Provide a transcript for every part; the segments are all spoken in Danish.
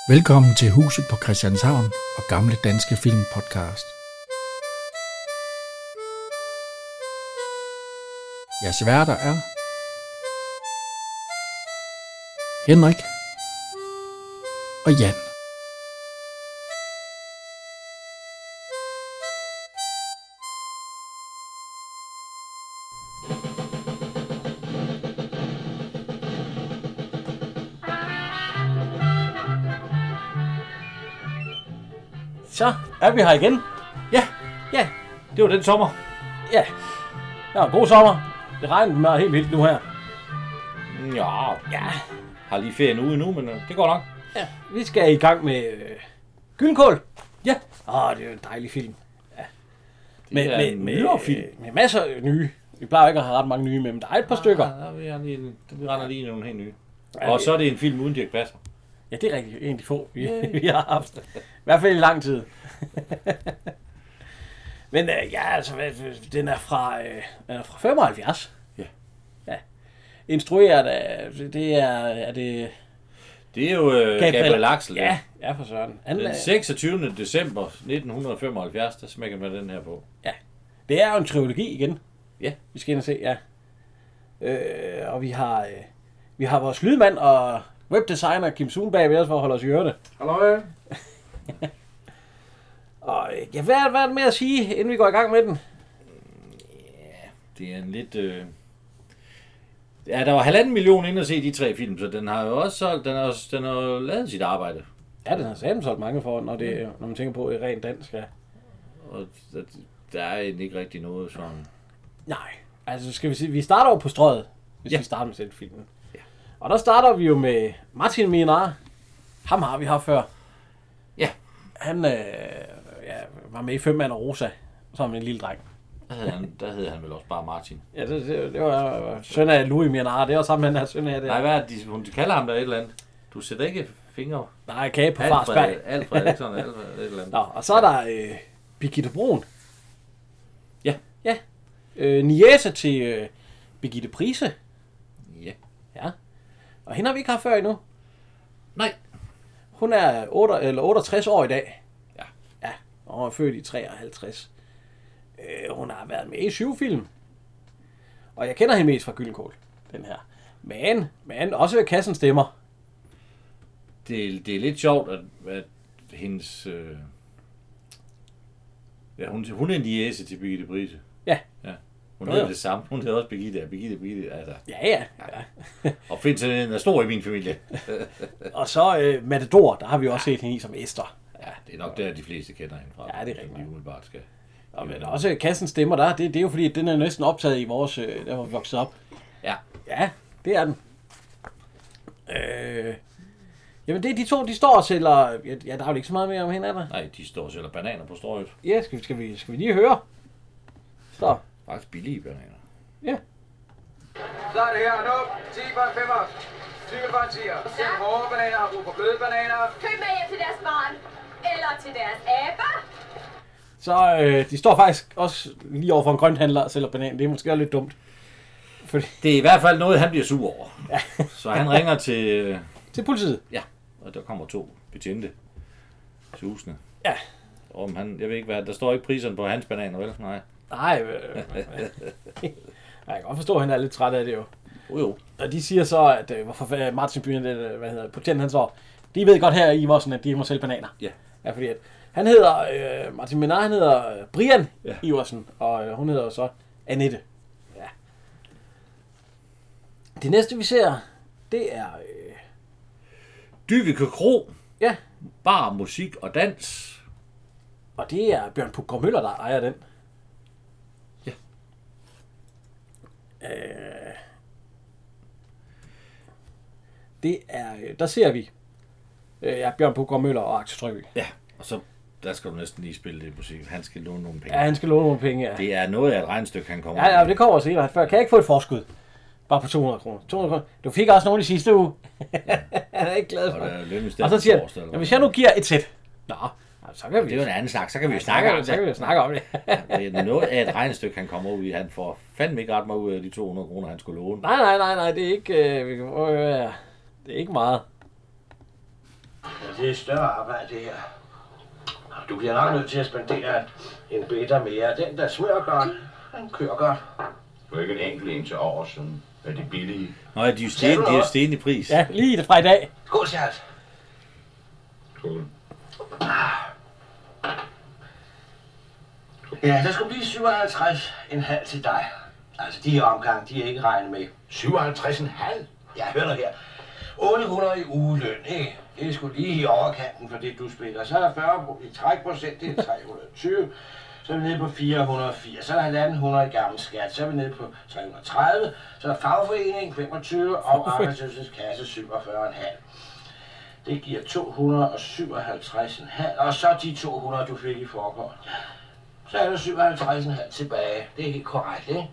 Velkommen til Huset på Christianshavn og Gamle Danske Film Podcast. Jeres værter er Henrik og Jan. Så er vi her igen. Ja, Det var den sommer. ja. Det var en god sommer. Det regnede meget helt vildt nu her. Ja. Har lige ferie en uge endnu, men det går nok. Ja, vi skal i gang med Gyldenkål. Ja. Det er jo en dejlig film. Ja. Det er en nyere film. Med masser af nye. Vi plejer ikke at have ret mange nye med, men der er et par stykker. Ja, vi render lige nogle helt nye. Ja, Og så er det en film uden Dirch Passer. Ja, det er rigtig en af de få, vi har haft. I hvert fald i lang tid. Men den er fra 75. Ja. Ja. Instrueret af, det er Det er jo Gabriel Axel. Ja, for søren. Den 26. december 1975, der smækker man den her på. Ja. Det er jo en trilogi igen. Ja. Vi skal ind og se, ja. Og vi har vores lydmand og webdesigner Kim Sun bag ved os for at holde os i ørerne. Hallo. Og hvad er det med at sige, inden vi går i gang med den? Det er en lidt... Ja, der var 1,5 million inde at se de tre film, så den har jo også solgt, den har jo lavet sit arbejde. Ja, den har satme solgt mange for, når man tænker på det rent dansk. Ja. Og der er egentlig ikke rigtig noget sådan... Nej, altså skal vi sige, vi starter jo på strøget, hvis vi starter med selv filmen. Ja. Og der starter vi jo med Martin Mienaar. Ham har vi haft før. Ja. Han var med i 5 mand og Rosa, som en lille dreng. Der hed han vel også bare Martin. Ja, det var søn af Louis Mienaar. Det var sammen med han søn af det. Nej, hvad er det? Hun kalder ham der et eller andet. Du sætter ikke fingre. Nej, kage på fars bag. Alfred, ikke sådan Alfred, et eller andet. Nå, og så er der Birgitte Brun. Ja. Ja. Niece til Birgitte Prise. Ja. Ja. Og hende har vi ikke haft før endnu. Nej. Hun er 68 år i dag. Ja. Ja, og hun er født i 53. Hun har været med i 7 film. Og jeg kender hende mest fra Gyldenkål, den her. Men også ved kassen stemmer. Det er lidt sjovt, at hendes... Ja, hun er en niece til Birgitte Prise. Ja. Hun hedder det samme. Hun hedder også Birgitte. Altså. Ja. Og Finsen er stor i min familie. Og så Matador, der har vi også set hende i som Esther. Ja, det er nok der, de fleste kender hende fra. Ja, det er rigtigt. De umiddelbart skal. Og men også kassen stemmer der, det er jo fordi, den er næsten optaget i vores, der hvor vi voksede op. Ja. Ja, det er den. Jamen det er de to, de står og sælger, ja, der er jo ikke så meget mere om hende, er der? Nej, de står og sælger bananer på strøget. Ja, skal vi lige høre? Så. Faktisk billige bananer. Ja. Så er det her nu. 10 for en 5'er. 20 for en 10'er. Selv hårde bananer har brug for bløde bananer. Køb med hjem til deres barn. Eller til deres aber. Så de står faktisk også lige over for en grønthandler og sælger bananer. Det er måske også lidt dumt. Fordi... Det er i hvert fald noget, han bliver sur over. Ja. Så han ringer til... til politiet. Ja, og der kommer 2 betjente. Susende. Ja. Om han, jeg ved ikke hvad, der står ikke priserne på hans bananer, vel? Nej. Nej, jeg kan godt forstå, at han er lidt træt af det jo. Jo. Og de siger så, at hvorfor Martin Byen, betjenten han så, de ved godt her i Vossen, at de må sælge bananer. Ja. Ja, fordi at han hedder, Martin Mienaar, han hedder Brian Iversen, og hun hedder så Annette. Ja. Det næste vi ser, det er... Dyveke Kro. Ja. Bar, musik og dans. Og det er Bjørn Puggaard Møller, der ejer den. Ja. Det er, der ser vi Bjørn Puggaard Møller og Axel Strøby. Ja, og så der skal du næsten lige spille det musik. Han skal låne nogle penge. Ja, han skal låne nogle penge, ja. Det er noget af et regnstykke, han kommer Ja, det kommer senere. Før kan jeg ikke få et forskud? Bare på 200 kroner. 200 kroner. Du fik også nogle i sidste uge. Han er ikke glad for det. Og så siger han, hvis jeg nu giver et sæt. Nå, så kan vi... Det er jo en anden snak, så kan vi jo snakke om det. Så kan vi jo snakke om det. Det er noget af et regnstykke, han kommer ud i. Han får fandme ikke ret meget ud af de 200 kroner, han skulle låne. Nej, det er ikke... det er ikke meget. Ja, det er større arbejde, det her. Du bliver nok nødt til at spendere en bitter mere. Den, der smører godt, den kører godt. Du er ikke en enkelt en til over, som er de billige. Nå, de er jo sten i pris. Ja, lige fra i dag. Skål, Charles. Skål. Ja, der skulle blive 57,5 til dig. Altså, de her omgang, de er ikke regnet med. 57,5? Ja, hør nu her. 800 i ugeløn, ikke? Det er sgu lige i overkanten for det, du spiller. Så er der 40 i trækprocent, det er 320. Så er vi nede på 480. Så er der 1.500 i gammel skat. Så er vi nede på 330. Så er der fagforening 25 og arbejdsløshedskasse 47,5. Det giver 257,5. Og så de 200, du fik i forgården. Så er der 57,5 tilbage. Det er helt korrekt, ikke?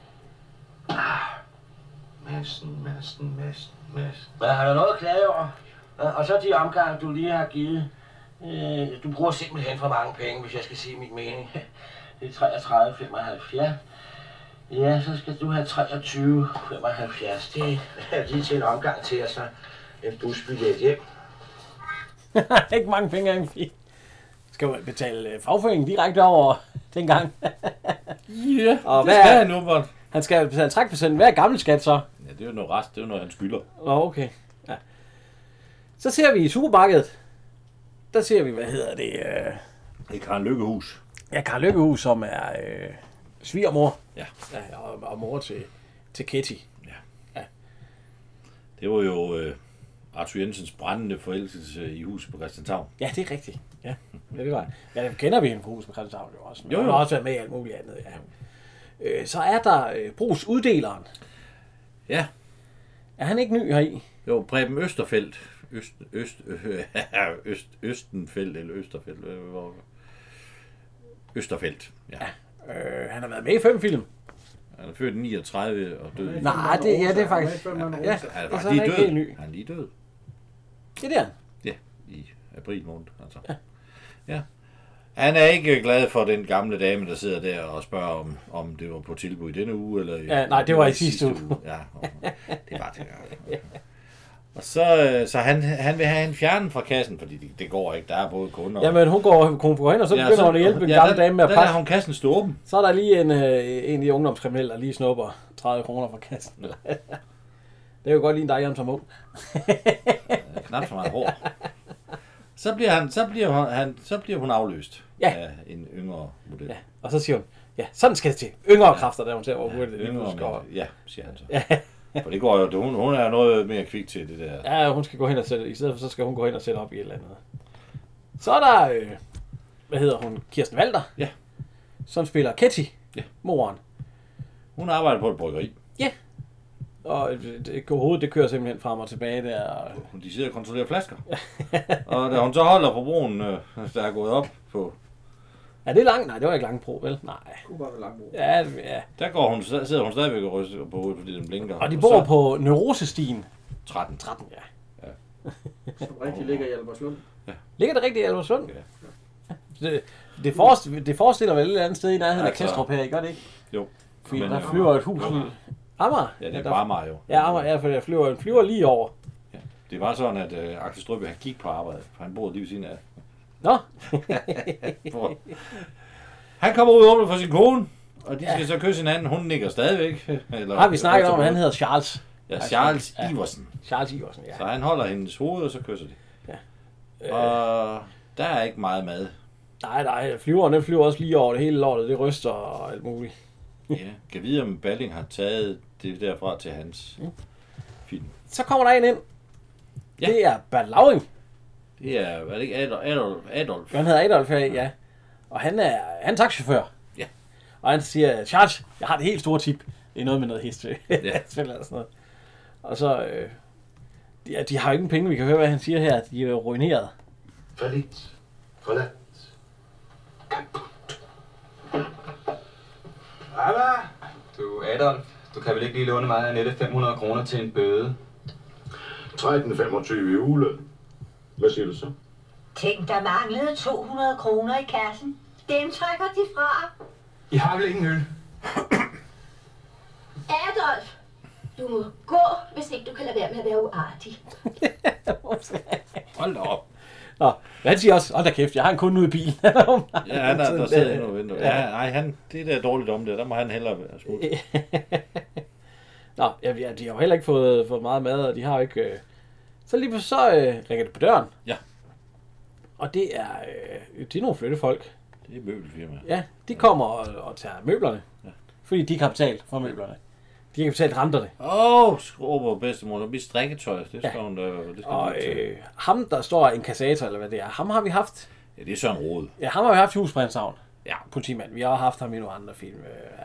Massen. Men har du noget at klage over? Og så de omgange, du lige har givet. Du bruger simpelthen for mange penge, hvis jeg skal sige min mening. Det er 33,75. Ja, så skal du have 23,75. Det er lige til en omgang til, og så en busbillet hjem. Ikke mange penge egentlig. Skal man betale fagforeningen direkte over dengang? Ja, og det skal han nu, hvor... Han skal betale trækprocenten. Hvad er gammel skat så? Ja, det er jo noget rest. Det er jo noget, han skylder. Okay. Ja. Så ser vi i supermarkedet. Der ser vi, hvad hedder det? Det er Karen Lykkehus. Ja, Karen Lykkehus, som er svigermor. Ja. Ja, og mor til Ketty. Ja. Det var jo Arthur Jensens brændende forelskelse i huset på Christianshavn. Ja, det er rigtigt. Ja, det var. Ja, det kender vi hende på huset på Christianshavn jo også. Jo. Hun har også været med i alt muligt andet, ja. Så er der brugsuddeleren. Ja. Er han ikke ny heri? Jo, Preben Østerfeldt. Østenfeldt eller Østerfeldt. Østerfeldt, ja. Han har været med i 5 film. Han er født i 39 og død. Nej, det er faktisk... Ja, han er faktisk lige død. Han er lige død. Det er han? Ja, i april måned. Altså. Ja. Han er ikke glad for den gamle dame, der sidder der og spørger, om det var på tilbud i denne uge. Eller ja, nej, det var i sidste uge. Ja, det var det. Ja. Og så han vil have hende fjernet fra kassen, fordi det går ikke. Der er både kunder. Jamen, hun går hen, og så begynder hun at hjælpe en gammel dame med at passe. Der er hun kassen stå åben. Så er der lige en af de ungdomskriminelle, der lige snupper 30 kroner fra kassen. Det er jo godt lige en dig, som ung. Knap så meget hår. Så bliver hun afløst af en yngre model. Ja, og så siger hun, ja, sådan skal det til. Yngre kræfter, der hun ser, hvor hurtigt det yngre ja, siger han så. Ja. For det går jo, hun er noget mere kvik til det der. Ja, hun skal gå hen og sætte, i stedet for så skal hun gå hen og sætte op i et eller andet. Så er der, hvad hedder hun, Kirsten Walter, som spiller Ketty, moren. Hun arbejder på et bryggeri. Ja. Og hovedet, det kører simpelthen frem og tilbage der. De sidder og kontrollerer flasker. Og da hun så holder på broen, der er gået op på... Er det langt? Nej, det var ikke Langebro, vel? Nej. Det kunne bare være Langebro. Ja. Der sidder hun stadigvæk og ryster på hovedet, fordi den blinker. Og de bor på Neurosestien. 13, ja. Som rigtig ligger i Albertslund. Ja. Ligger det rigtigt i Albertslund? Ja. Det forestiller vel et eller andet sted i nærheden af Kastrup her, ikke? Jo. Fordi der flyver et hus ud. Amager? Ja, det er bare Amager jo. Ja, Amager, ja, for der flyver lige over. Ja. Det var sådan, at Axel Strøbye, han gik på arbejde, for han boede lige ved siden af. Nå? Han kommer ud og åbner for sin kone, og de skal så kysse hinanden. Hun nikker stadigvæk. Har vi snakket om, at han hedder Charles? Ja, Charles Iversen. Charles Iversen, ja. Så han holder hendes hoved, og så kysser de. Ja. Og der er ikke meget mad. Nej, flyveren flyver også lige over det hele lortet. Det ryster og alt muligt. Ja, kan vide, om Balling har taget det derfra til hans film. Så kommer der en ind. Ja. Det er Bert Lauring. Det er det ikke Adolf? Han hedder Adolf, ja. Og han er taxichauffør. Ja. Og han siger, Charles, jeg har det helt store tip. Det er noget med noget history. Ja. Sådan noget. Og så, de har jo ingen penge, vi kan høre, hvad han siger her. De er ruineret. Forladt. Kaput. Abba! Du, Adolf, du kan vel ikke lige låne mig Annette 500 kroner til en bøde? 13,25 i ugeløn. Hvad siger du så? Tænk, der manglede 200 kroner i kassen. Dem trækker de fra. I har vel ingen øl? Adolf, du må gå, hvis ikke du kan lade være med at være uartig. Hold da op. Men han siger også, hold da kæft, jeg har en kunde ude i bilen. Ja, der sidder endnu og venter. Ja, nej, det der dårligt om det, der må han hellere være smut. Nå, ja, de har jo heller ikke fået meget mad, og de har jo ikke... Så lige pludselig ringer det på døren. Ja. Og det er nogle flyttefolk. Det er møbelfirma. Ja, de kommer og tager møblerne. Ja. Fordi de ikke har betalt for møblerne. De har ikke betalt renterne. Skråber bedstemor, der bliver strikketøj. Det skal hun da... Og ham, der står en kassator, eller hvad det er, ham har vi haft. Ja, det er Søren Rode. Ja, ham har vi haft i Hus på Hans Havn. Ja. Politimand. Vi har også haft ham i nogle andre film.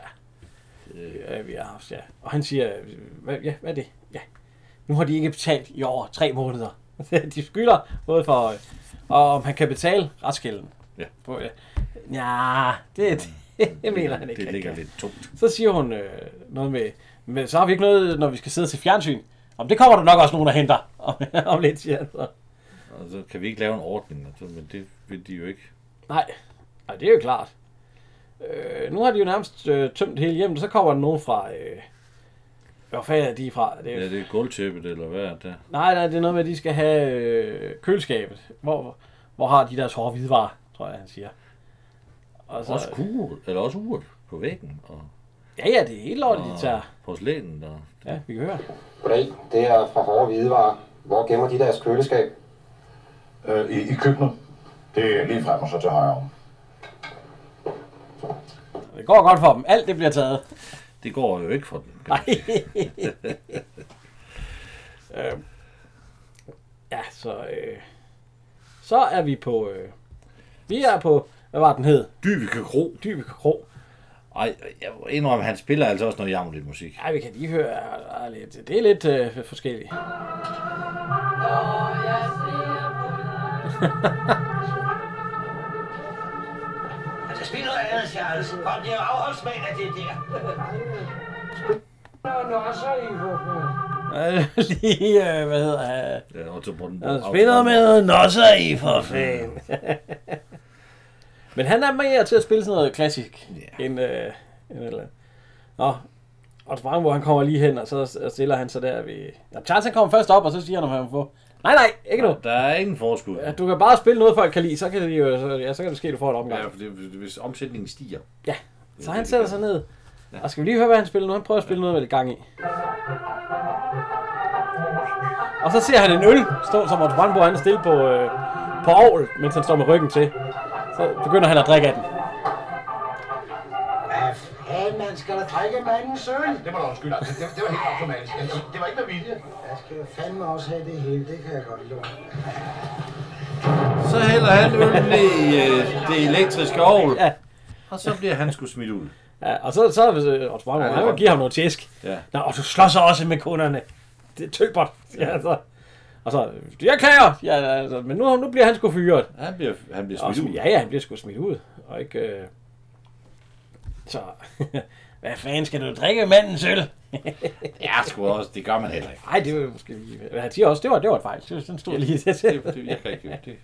Vi har haft, ja. Og han siger, hvad er det? Ja. Nu har de ikke betalt i over 3 måneder. De skylder både for... og om han kan betale retsgælden. Ja. Ja, det mener han ikke. Det ligger lidt tungt. Så siger hun noget med, så har vi ikke noget, når vi skal sidde til fjernsyn. Om det kommer der nok også nogen, der henter om lidt, siger han så. Og så kan vi ikke lave en ordning, men det vil de jo ikke. Nej, det er jo klart. Nu har de jo nærmest tømt hele hjemmet, så kommer der nogen fra... hvor fanden er de fra? Det er gulvtæppet, eller hvad er det? Nej, det er noget med, at de skal have køleskabet. Hvor har de deres hårde hvidevarer, tror jeg, han siger. Og så, også kuret, eller også uret på væggen. Og, ja, det er helt lortet, de tager. Porcelænen der. Ja, vi kan høre. Goddag, det er fra hårde hvidevarer. Hvor gemmer de deres køleskab? I køkkenet. Det er lige frem og så til højre. Det går godt for dem. Alt det bliver taget. Det går jo ikke for dem. Nej. Ja, så er vi på... vi er på... Hvad var den hed? Dyveke Kro. Ej, jeg indrømmer, han spiller altså også noget jammerligt musik. Ja, vi kan lige høre lidt. Det er lidt forskelligt. Altså, spil noget andet, Charles. Kom, det er afholdsmand af det der. Lige, hvad hedder han? Ja, Otto Brandenborg. Spiller med nosser i, for fanden. Men han er mere til at spille sådan noget klassisk. End eller. Nå, Otto Brandenborg, han kommer lige hen, og så stiller han sig der ved... Charles, han kommer først op, og så siger han, om han får... Nej, ikke nu. Der er ingen forskud. Ja, du kan bare spille noget, folk kan lide, så kan det ske, du får et omgang. Ja, for hvis omsætningen stiger. Ja, så han sætter sig ned. Ja. Og skal vi lige høre, hvad han spiller nu? Han prøver at spille noget med lidt gang i. Og så ser han en øl stå, som Otto Brandenborg han er stille på ovl, mens han står med ryggen til. Så begynder han at drikke af den. Hvad fanden, man skal da drikke mandens øl? Det må du undskylde. Det var helt automatisk. Det var ikke med vilje. Jeg skal fandme også have det hele. Det kan jeg godt lide. Så hælder han øllen ned i det elektriske ovl. Ja. Og så bliver han sgu smidt ud. Ja, og så Otto Brandenborg, han vil give ham noget tæsk. Ja. Nå, og du slår så også med kunderne. Det er tøbert. Ja, så. Og så, jeg klager! Ja, altså, men nu bliver han sgu fyret. Han bliver smidt ud. Ja, han bliver sgu smidt ud. Og ikke... Så... Hvad fanden skal du drikke mandens øl? Ja, sgu også. Det gør man heller ikke. Nej, det var måske lige... Han siger også, det var et fejl. Den stod lige til. Jeg kan ikke det.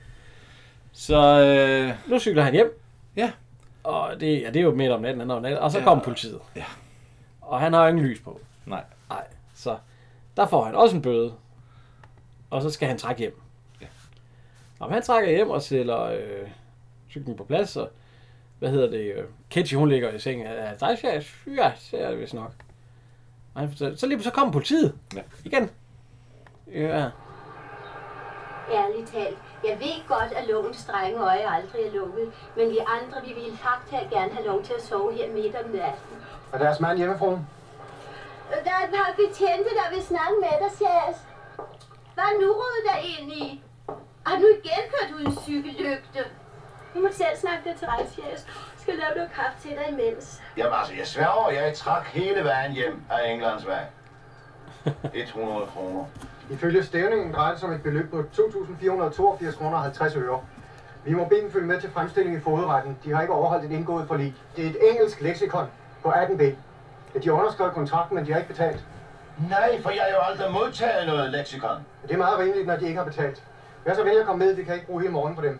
Så... Nu cykler han hjem. Ja. Og det er jo midt om natten, og så kommer politiet. Ja. Og han har jo ingen lys på. Nej. Så der får han også en bøde. Og så skal han trække hjem. Ja. Og han trækker hjem og sætter cyklen på plads, og Ketchy, hun ligger i sengen. Ja, ser det vist nok. Og han fortæller, så kommer politiet. Ja. Igen. Ja. Ærligt talt. Jeg ved godt, at lovens strenge øje aldrig er lukket, men vi andre, vi ville faktisk gerne have lov til at sove her midt om natten. Er deres mand hjemmefra? Der er et par betjente, der vil snakke med dig, Charles. Hvad nu rød der ind i? Har du igen kørt uden cykellygte? Du må selv snakke det til dig, Charles. Jeg skal lave noget kaffe til dig imens. Jamen altså, jeg sværger, jeg trak hele vejen hjem af Englands vej. 100 kroner. Ifølge stævningen drejer det sig om et beløb på 2.482 kroner og 50 øre. Vi må bede dem følge med til fremstilling i fogedretten. De har ikke overholdt et indgået forlig. Det er et engelsk leksikon på 18b. De har underskrevet kontrakten, men de har ikke betalt. Nej, for jeg har jo aldrig modtaget noget leksikon. Det er meget rimeligt, når de ikke har betalt. Vær så venlig at komme med, vi kan ikke bruge hele morgen på dem.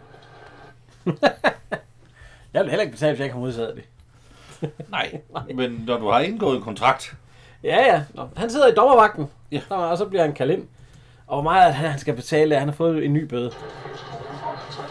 Jeg vil heller ikke betale, hvis jeg ikke har modtaget det. Nej, men når du har indgået en kontrakt... Ja. Nå, han sidder i dommervagten, ja. Og så bliver han kaldt ind. Og hvor meget han skal betale, han har fået en ny bøde.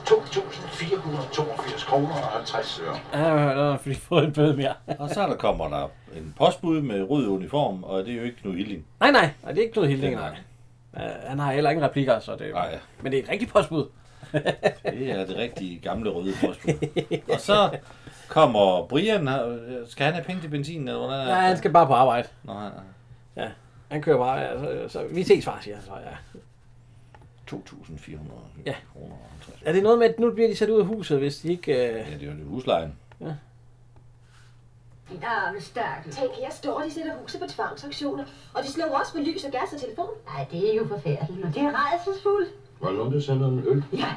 2.482 kroner og 50 øre. Ja, fordi fået en bøde mere. Og så kommer der en postbud med rød uniform, og det er jo ikke Knud Hilding. Nej, det er ikke Knud Hilding, nej. Han har heller ingen replikker, så det Nej. men det er et rigtigt postbud. Det er det rigtige gamle røde postbud. Og så kommer Brian. Skal han have penge til benzin? Eller hvordan? Nej, han skal bare på arbejde. Nej. Ja, han kører bare. Altså, så vi ses, far, siger han så, ja. 2.400 Ja. kroner. Er det noget med, at nu bliver de sat ud af huset, hvis de ikke... Ja, det er jo det huslejen. Ja. Din arme stakkel. Tænk, her står de sætter huset på tvangsauktioner, og de slår også med lys og gas og telefon. Nej, det er jo forfærdeligt, og det er rædselsfuldt. Var det nogen, der sender en øl? Ja.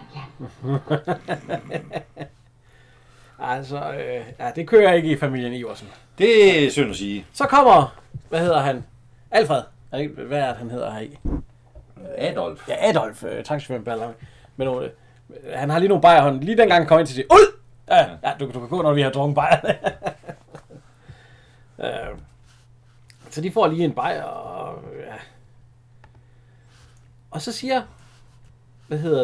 Altså, det kører ikke i familien Iversen. Det er synd at sige. Så kommer, hvad hedder han? Alfred. Hvad er det, han hedder her i? Adolf. Ja, Adolf. Taxiføren Ballang. Men han har lige nogle bajerhånd. Lige dengang han kom ind til at sige, ud! Ja, du kan gå, når vi har drukket bajer. Så de får lige en bajer, og så siger, hvad hedder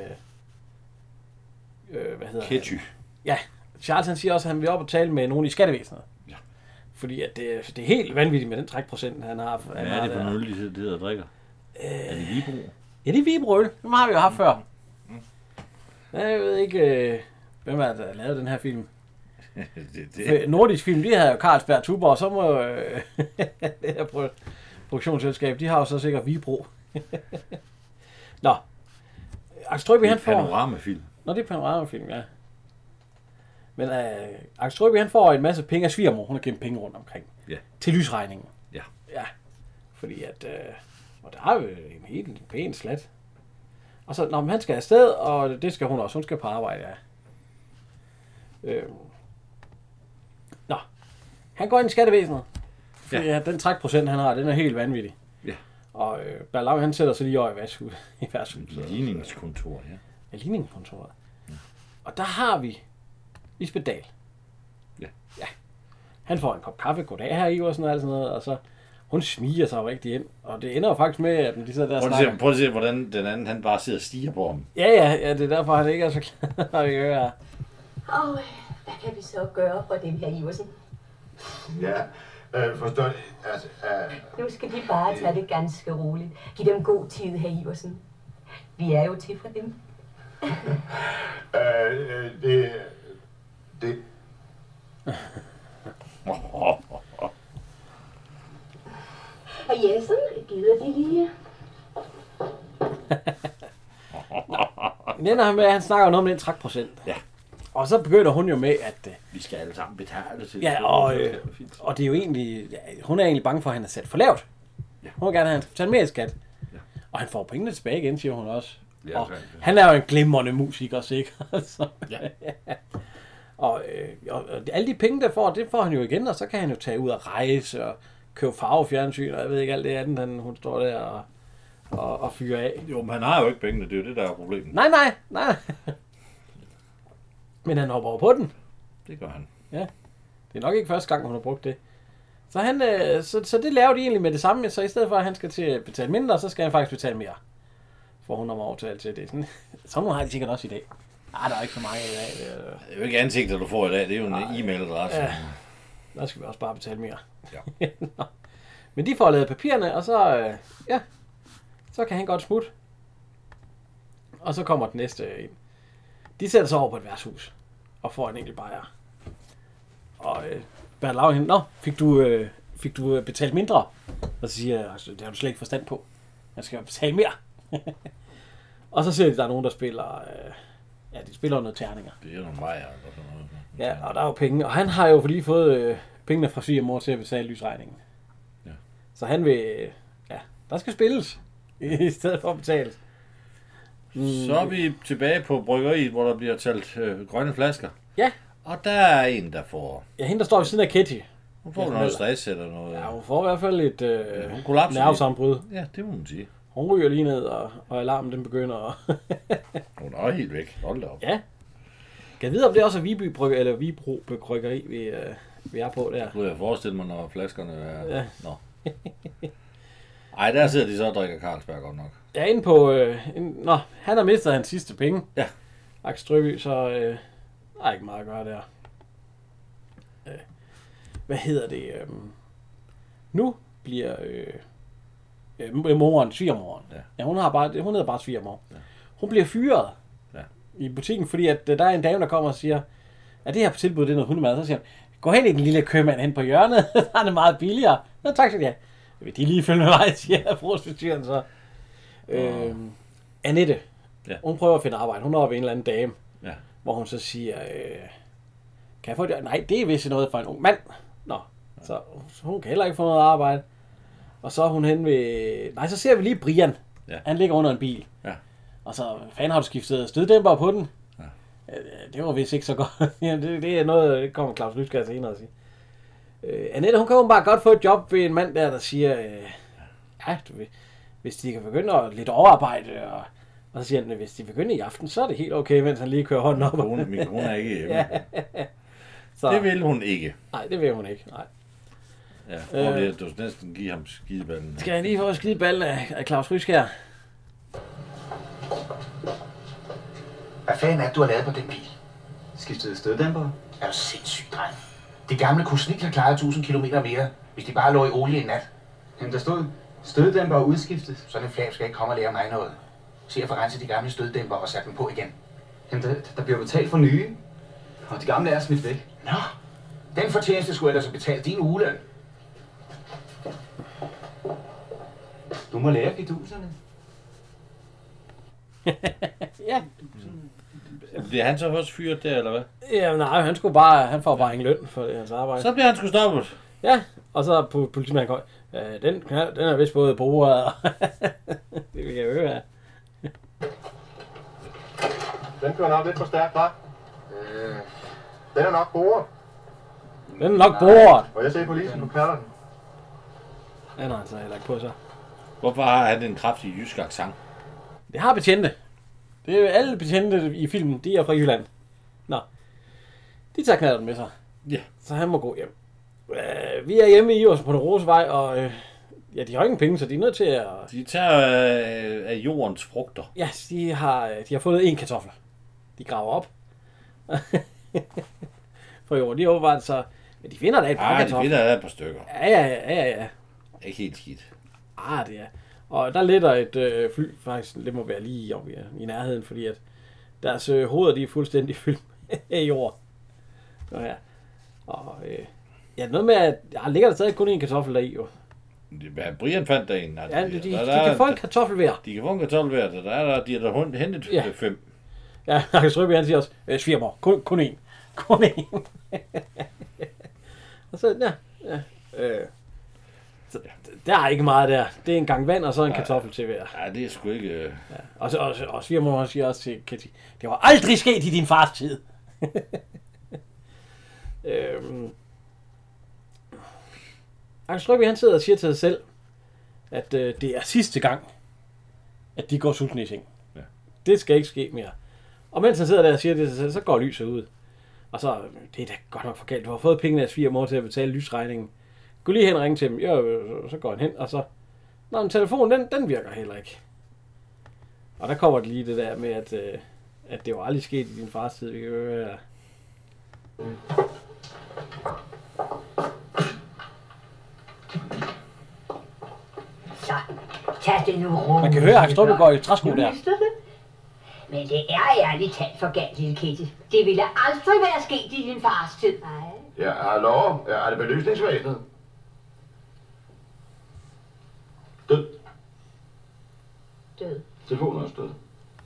Ketty. Ja, Charles han siger også, at han vil op og tale med nogen i skattevæsenet. Ja. Fordi at det er helt vanvittigt med den trækprocent, han har. Hvad er det for en øl, de hedder drikker? Er det Vibro? Ja, det er Vibro-øl. Dem har vi jo haft før. Jeg ved ikke, hvem er der lavet den her film. Nordisk Film, de havde jo Carlsberg Tuborg, og så må det her produktionsselskab, de har jo så sikkert Vibro. Nå. Axel Strøby, han får... Panoramafilm. Nå, det er panoramafilm, ja. Men Axel Strøby, han får en masse penge af svigermor. Hun har gemt penge rundt omkring. Ja. Til lysregningen. Ja. Ja. Fordi at... og der er jo en helt pæn slat. Og så, men han skal afsted, og det skal hun også. Hun skal på arbejde, ja. Nå. Han går ind i skattevæsenet. Fordi den trækprocent, han har, den er helt vanvittig. Ja. Og Berlau, han sætter sig lige over i værtshuset. Ligningskontor, ja. Ja, ligningskontoret. Ja. Og der har vi Lisbeth Dahl. Ja. Ja. Han får en kop kaffe, goddag her i, og sådan noget, og så hun smiger sig rigtig ind. Og det ender jo faktisk med, at de sidder der og snakker. Prøv at se, hvordan den anden, han bare sidder og stiger på ham. Ja, det er derfor, han ikke er så glad, når vi hører. Hvad kan vi så gøre for dem her, Iversen? Ja, forstår det. Altså, Nu skal de bare tage det ganske roligt. Giv dem god tid, her Iversen. Vi er jo til for dem. det... Og Jessen, gider de lige? Det ender med, at han snakker noget om den trækprocent. Ja. Og så begynder hun jo med, at... vi skal alle sammen betale til. Ja, og det er jo egentlig... Ja, hun er egentlig bange for, at han er sat for lavt. Ja. Hun vil gerne have, at han skal betale mere i skat. Ja. Og han får pengene tilbage igen, siger hun også. Ja, og han er jo en glimrende musiker, sikkert. Så. Ja. Og alle de penge, der får, det får han jo igen, og så kan han jo tage ud og rejse og købe farvefjernsyn, og jeg ved ikke alt det andet, hun står der og fyrer af. Jo, men han har jo ikke pengene, det er jo det, der er problemet. Nej. Men han hopper over på den. Det gør han. Ja. Det er nok ikke første gang, hun har brugt det. Så, så det laver de egentlig med det samme, så i stedet for, at han skal til at betale mindre, så skal han faktisk betale mere. For hun har aftalt til det. Sådan har de sikkert også i dag. Nej, der er ikke så mange i dag. Det er jo ikke ansigter, du får i dag, det er jo en e-mailadresse. Ja. Der skal vi også bare betale mere. Ja. Men de får lavet papirerne, og så, så kan han godt smutte. Og så kommer den næste ind. De sætter sig over på et værtshus og får en enkelt bajer. Og Bernd Laugen, nå, fik du betalt mindre? Og så siger jeg, altså, det har du slet ikke forstand på. Man skal betale mere. Og så ser de, at der er nogen, der spiller... de spiller noget terninger. Det er nogle bajer eller sådan noget. Ja, og der er jo penge. Og han har jo lige fået pengene fra svigermor til at betale lysregningen. Ja. Så han vil... der skal spilles i stedet for at betale. Så er vi tilbage på bryggeriet, hvor der bliver talt grønne flasker. Ja. Og der er en, der får... Ja, hende der står ved siden af Ketty. Hun får noget stress eller noget. Ja, hun får i hvert fald et nervesammenbrud. Ja, det må man sige. Hun ryger lige ned, og alarmen den begynder at... Hun er helt væk. Hold da op. Ja. Kan jeg vide, om det også er Vibro bryggeri, vi er på der? Det kunne jeg forestille mig, når flaskerne er... Ja. Nå. Ej, der sidder de så og drikker Carlsberg godt nok. Ja, inde på... han har mistet hans sidste penge. Ja. Axel Strøby, så der er ikke meget at gøre der. Hvad hedder det? Nu bliver moren, svigermoren. Ja, hun hedder bare svigermor. Ja. Hun bliver fyret i butikken, fordi at der er en dame, der kommer og siger, at det her på tilbud, det er noget hundemad. Så siger hun, gå hen i den lille købmand hen på hjørnet, der er det meget billigere. Nå, tak skal de have. De lige følge med mig, siger frostbestyren så. Annette, hun prøver at finde arbejde. Hun er oppe en eller anden dame, hvor hun så siger, kan jeg få det? Nej, det er vist noget for en ung mand. Nå, så hun kan heller ikke få noget arbejde. Og så er hun hen ved... Nej, så ser vi lige Brian. Ja. Han ligger under en bil. Ja. Og så fanden har du skiftet støddæmper på den. Ja. Det var vist ikke så godt. det er noget, det kommer Claus Lyskær senere at sige. Annette, hun kan jo bare godt få et job ved en mand der siger, ja, du ved, hvis de kan begynde at lidt overarbejde, og så siger han, hvis de begynder i aften, så er det helt okay, mens han lige kører hånden op. Min kone er ikke hjemme. Ja. Så. Det vil hun ikke. Nej, det vil hun ikke, nej. Ja, du skal næsten give ham skideballen. Skal jeg lige få skideballen af Claus Ryskær? Hvad fanden er det, du har lavet på den bil? Skiftede støddæmper? Er du sindssyg, dreng? De gamle kunne snit have klaret 1000 kilometer mere, hvis de bare lå i olie en nat. Jamen, der stod støddæmper og udskiftet. Sådan en flab skal ikke komme og lære mig noget. Se at få renset de gamle støddæmper og sat dem på igen. Jamen, der bliver betalt for nye. Og de gamle er smidt væk. Nå, den fortjeneste skulle ellers betale din ugeløn. Du må lære fiduserne. Ja. Bliver han så også fyret der, eller hvad? Ja, nej, han får bare ingen løn for det, hans arbejde. Så bliver han sgu stoppet. Ja, og så på politimanden går, den er vist både bordet og... det vil jeg høre af. Den kører nok lidt for stærkt, hva'? Den er nok bordet. Den er nok bordet. Og jeg ser polisen, du kalder den. Den har han så heller ikke på sig. Hvorfor har han en kraftig jysk accent? Det har betjente. Det er jo alle betjente i filmen, de er fra Jylland. Nå. De tager knalderen med sig. Ja. Så han må gå hjem. Vi er hjemme i Iversen på den Rosevej, og ja, de har ingen penge, så de er nødt til at... De tager af jordens frugter. Ja, de har fået en kartoffel. De graver op. For jorden, de er åbenbart så... Men de finder da et par kartofler. De finder da et par stykker. Ja. Ikke helt skidt. Det er. Og der letter et fly, faktisk, det må være lige oppe i nærheden, fordi at deres hoveder, de er fuldstændig fyldt af jord. Og noget med, at der ligger der stadig kun en kartoffel der i, jo. Brian fandt der en. De kan få en kartoffel hver. De kan få en kartoffel hver, de har hentet 5. Ja, Axel Strøby, han siger også, svigermor, kun én. Kun én. Og så, så der er ikke meget der. Det er en gang vand, og så en kartoffel til hver. Ja, det er sgu ikke... Ja. Og svigermor siger også til Ketty, det var aldrig sket i din fars tid. Axel Strøby, han sidder og siger til sig selv, at det er sidste gang, at de går sultne i seng. Ja. Det skal ikke ske mere. Og mens han sidder der og siger det til sig selv, så går lyset ud. Og så, det er da godt nok for galt. Du har fået pengene af svigermor til at betale lysregningen. Gå lige hen og ringe til dem. Så går han hen, og så... Nå, men telefonen, den virker heller ikke. Og der kommer det lige det der med, at det var aldrig sket i din fars tid. Vi kan høre her. Så, tag det nu rum. Man kan høre, at Axel Strøby går i træsko der. Men det er ærligt talt for galt, lille Ketty. Det ville aldrig være sket i din fars tid. Nej. Ja, hallo? Er det belysningsvæsenet? Død. Telefonen er også død.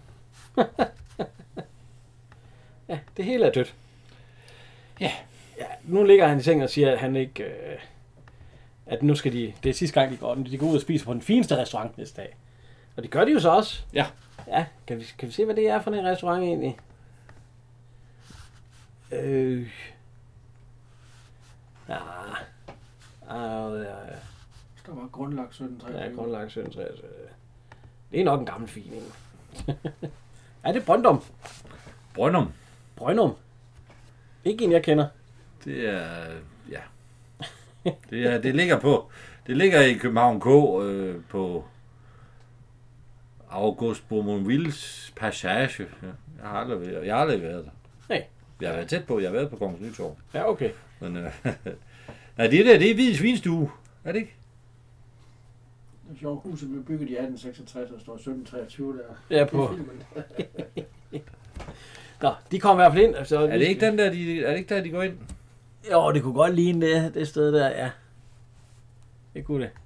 Ja, det hele er dødt. Ja, nu ligger han i sengen og siger, at han ikke... at nu skal det er sidste gang, de går ud og spiser på den fineste restaurant næste dag. Og det gør de jo så også. Ja. Ja, kan vi se, hvad det er for en restaurant egentlig? Der var grundlagt 1723. Ja, grundlagt 1723. Det er nok en gammel fin en. Er det Brøndum? Brøndum. Ikke en, jeg kender. Det er... Ja. Det ligger i København K på... August Bournonvilles Passage. Ja. Jeg har aldrig været der. Nej. Jeg har været tæt på. Jeg har været på Kongens Nytorv. Ja, okay. Men nej, det er Hvide Svinstue. Er det ikke? Det er sjovt, huset blev bygget i 1866, og står 1723 der. Ja, på. Nå, de kom i hvert fald ind. Altså, er det ikke den der, er det ikke der, de går ind? Jo, det kunne godt ligne det sted der, ja. Det kunne det.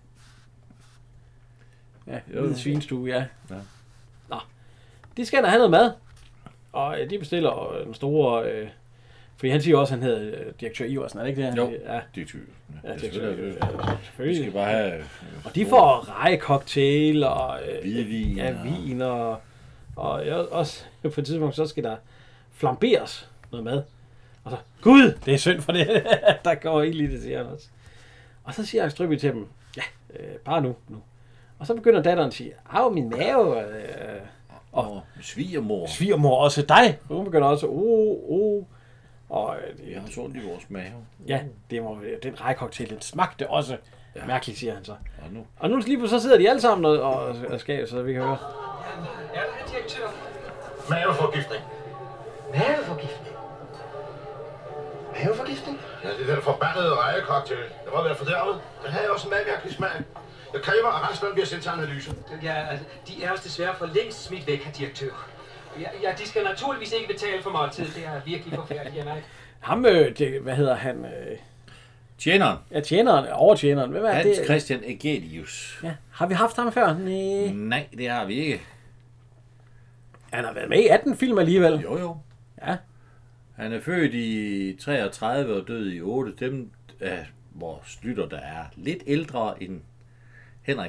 Ja, Hvide Svinstue, ja. Nå, de skal da have noget mad. Og de bestiller en store... fordi han siger også, at han hedder direktør Iversen, er det ikke det? Jo, ja. direktør. Ja, selvfølgelig. Vi skal bare have... Og de får rejecocktail og... hvidvin. Ja, vin og også på et tidspunkt, så skal der flamberes noget mad. Og så, Gud, det er synd for det. Der går ikke lige det, siger han også. Og så siger Strøby til dem, ja, bare nu. Og så begynder datteren at sige, af min mave. Og svigermor. Svigermor, også dig. Hun begynder også, Og jeg har sundt i vores mave. Ja, den rejecocktail, den smagte også mærkeligt, siger han så. Og nu lige så sidder de alle sammen og skal, så vi kan høre. Ja, der er direktør. Maveforgiftning. Maveforgiftning? Maveforgiftning? Ja, det er den forbandede rejecocktail. Det må være fordærvet. Den havde også en mærkelig smag. Jeg kræver, at Rensland bliver sendt til analyse. Ja, altså, de er også desværre for længst smidt væk, herr direktør. Ja, de skal naturligvis ikke betale for måltid. Det er virkelig forfærdeligt, ja, nej. Ham, hvad hedder han? Tjeneren. Ja, tjeneren, overtjeneren. Hvem er Hans det? Christian Ægidius. Ja, har vi haft ham før? Nej, det har vi ikke. Han har været med i 18 film alligevel. Jo. Ja. Han er født i 33 og død i 8. Dem af vores lytter, der er lidt ældre end Henrik.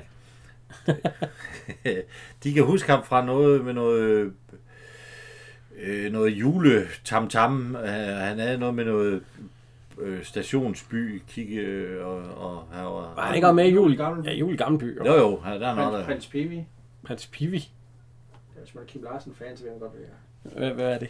De kan huske ham fra noget med noget juletamtam. Han havde noget med noget stationsby kigge og var han ikke også med i Jul Gammelby? Jo, der er noget. Prins Pivi. Prins Pivi. Det er, hvis man er Kim Larsen-fan, så vil han godt være. Hvad er det?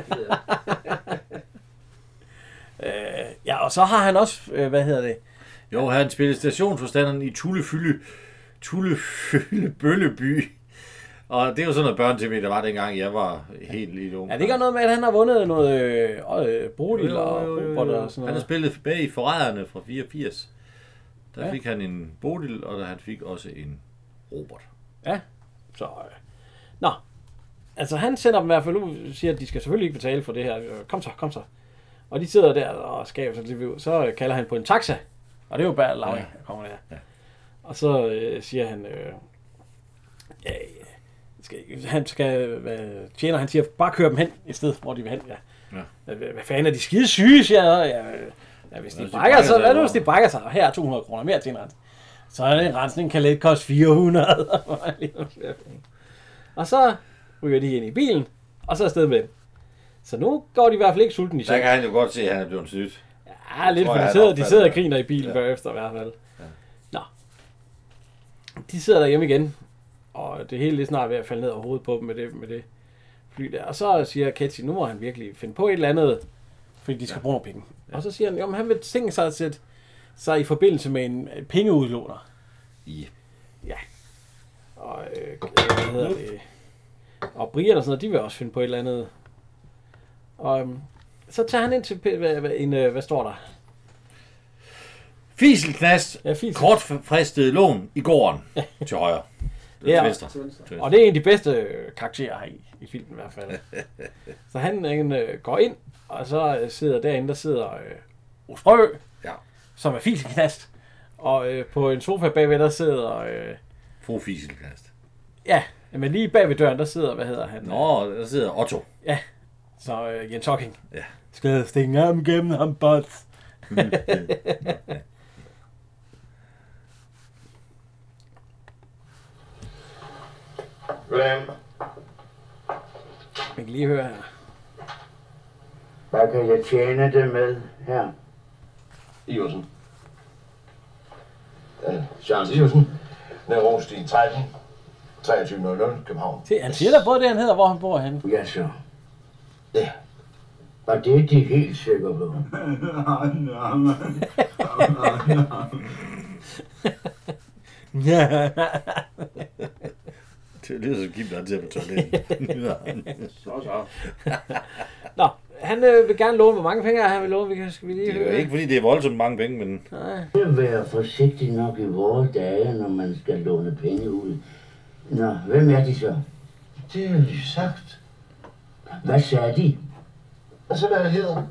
Ja, og så har han også, hvad hedder det? Jo, han spillede stationsforstanderen i Tullefylde Bølleby. Og det er jo sådan noget børn-tv, der var dengang, jeg var helt lille ung. Ja, det gør noget med, at han har vundet noget Bodil og Robert og sådan noget. Han har spillet tilbage i Forræderne fra 84. Der fik han en Bodil, og han fik også en Robert. Ja, så... Nå, altså han sender dem i hvert fald ud, siger, at de skal selvfølgelig ikke betale for det her. Kom så. Og de sidder der og skaber sig lidt ud. Så kalder han på en taxa. Og det er jo bare Lauri, der kommer der. Ja. Og så siger han... han siger, bare kør dem hen i stedet, hvor de vil hen. Ja. Hvad fanden er de skide syge, siger jeg. Ja, hvis de brækker sig, hvad nu hvis de brækker sig? Og her er 200 kroner mere til en rensning. Så er en rensning kan let koste 400. Og så ryger de ind i bilen, og så er afsted med den. Så nu går de i hvert fald ikke sulten i seng. Der kan han jo godt se, at han er blevet snydt. Ja, lidt, for de sidder og griner i bilen bagefter i hvert fald. Ja. Nå. De sidder derhjemme igen, og det hele er snart ved at falde ned over hovedet på dem med det fly der. Og så siger Ketty, nu må han virkelig finde på et eller andet, fordi de skal bruge nogle penge. Ja. Og så siger han, jo, han vil tænke sig at sætte sig i forbindelse med en pengeudlåner. Ja. Og hvad hedder det? Og Brian og sådan noget, de vil også finde på et eller andet. Og så tager han ind til hvad står der? Fiselknast. Ja, kortfristet lån i gården til højre. Ja, venstre. Og det er en af de bedste karakterer her i filmen i hvert fald. Så han går ind, og så sidder derinde, der sidder Osprø, som er Fiselknast. Og på en sofa bagved, der sidder... Fru Fiselknast. Ja, men lige bag ved døren, der sidder, hvad hedder han? Nå, der sidder Otto. Ja, så Jens Hocking. Ja. Skal jeg stikke ham gennem ham, bots? Goddag. Man kan lige høre her. Hvad kan jeg tjene det med her? Iversen. Charles Iversen. Neurosti 13. 2300 København. Se, han siger da både det, han hedder, hvor han bor henne. Ja, så. Ja. Og det er de helt sikre på. Det lyder som Kim, der er til på toilettet. Så. Nå, han vil gerne låne, hvor mange penge han vil låne. Skal vi lige det er jo ikke, fordi det er voldsomt mange penge, men... Nej. Det vil være forsigtig nok i vores dage, når man skal låne penge ud. Nå, hvem er de så? Det har de sagt. Hvad sagde de? Altså, hvad det hedder?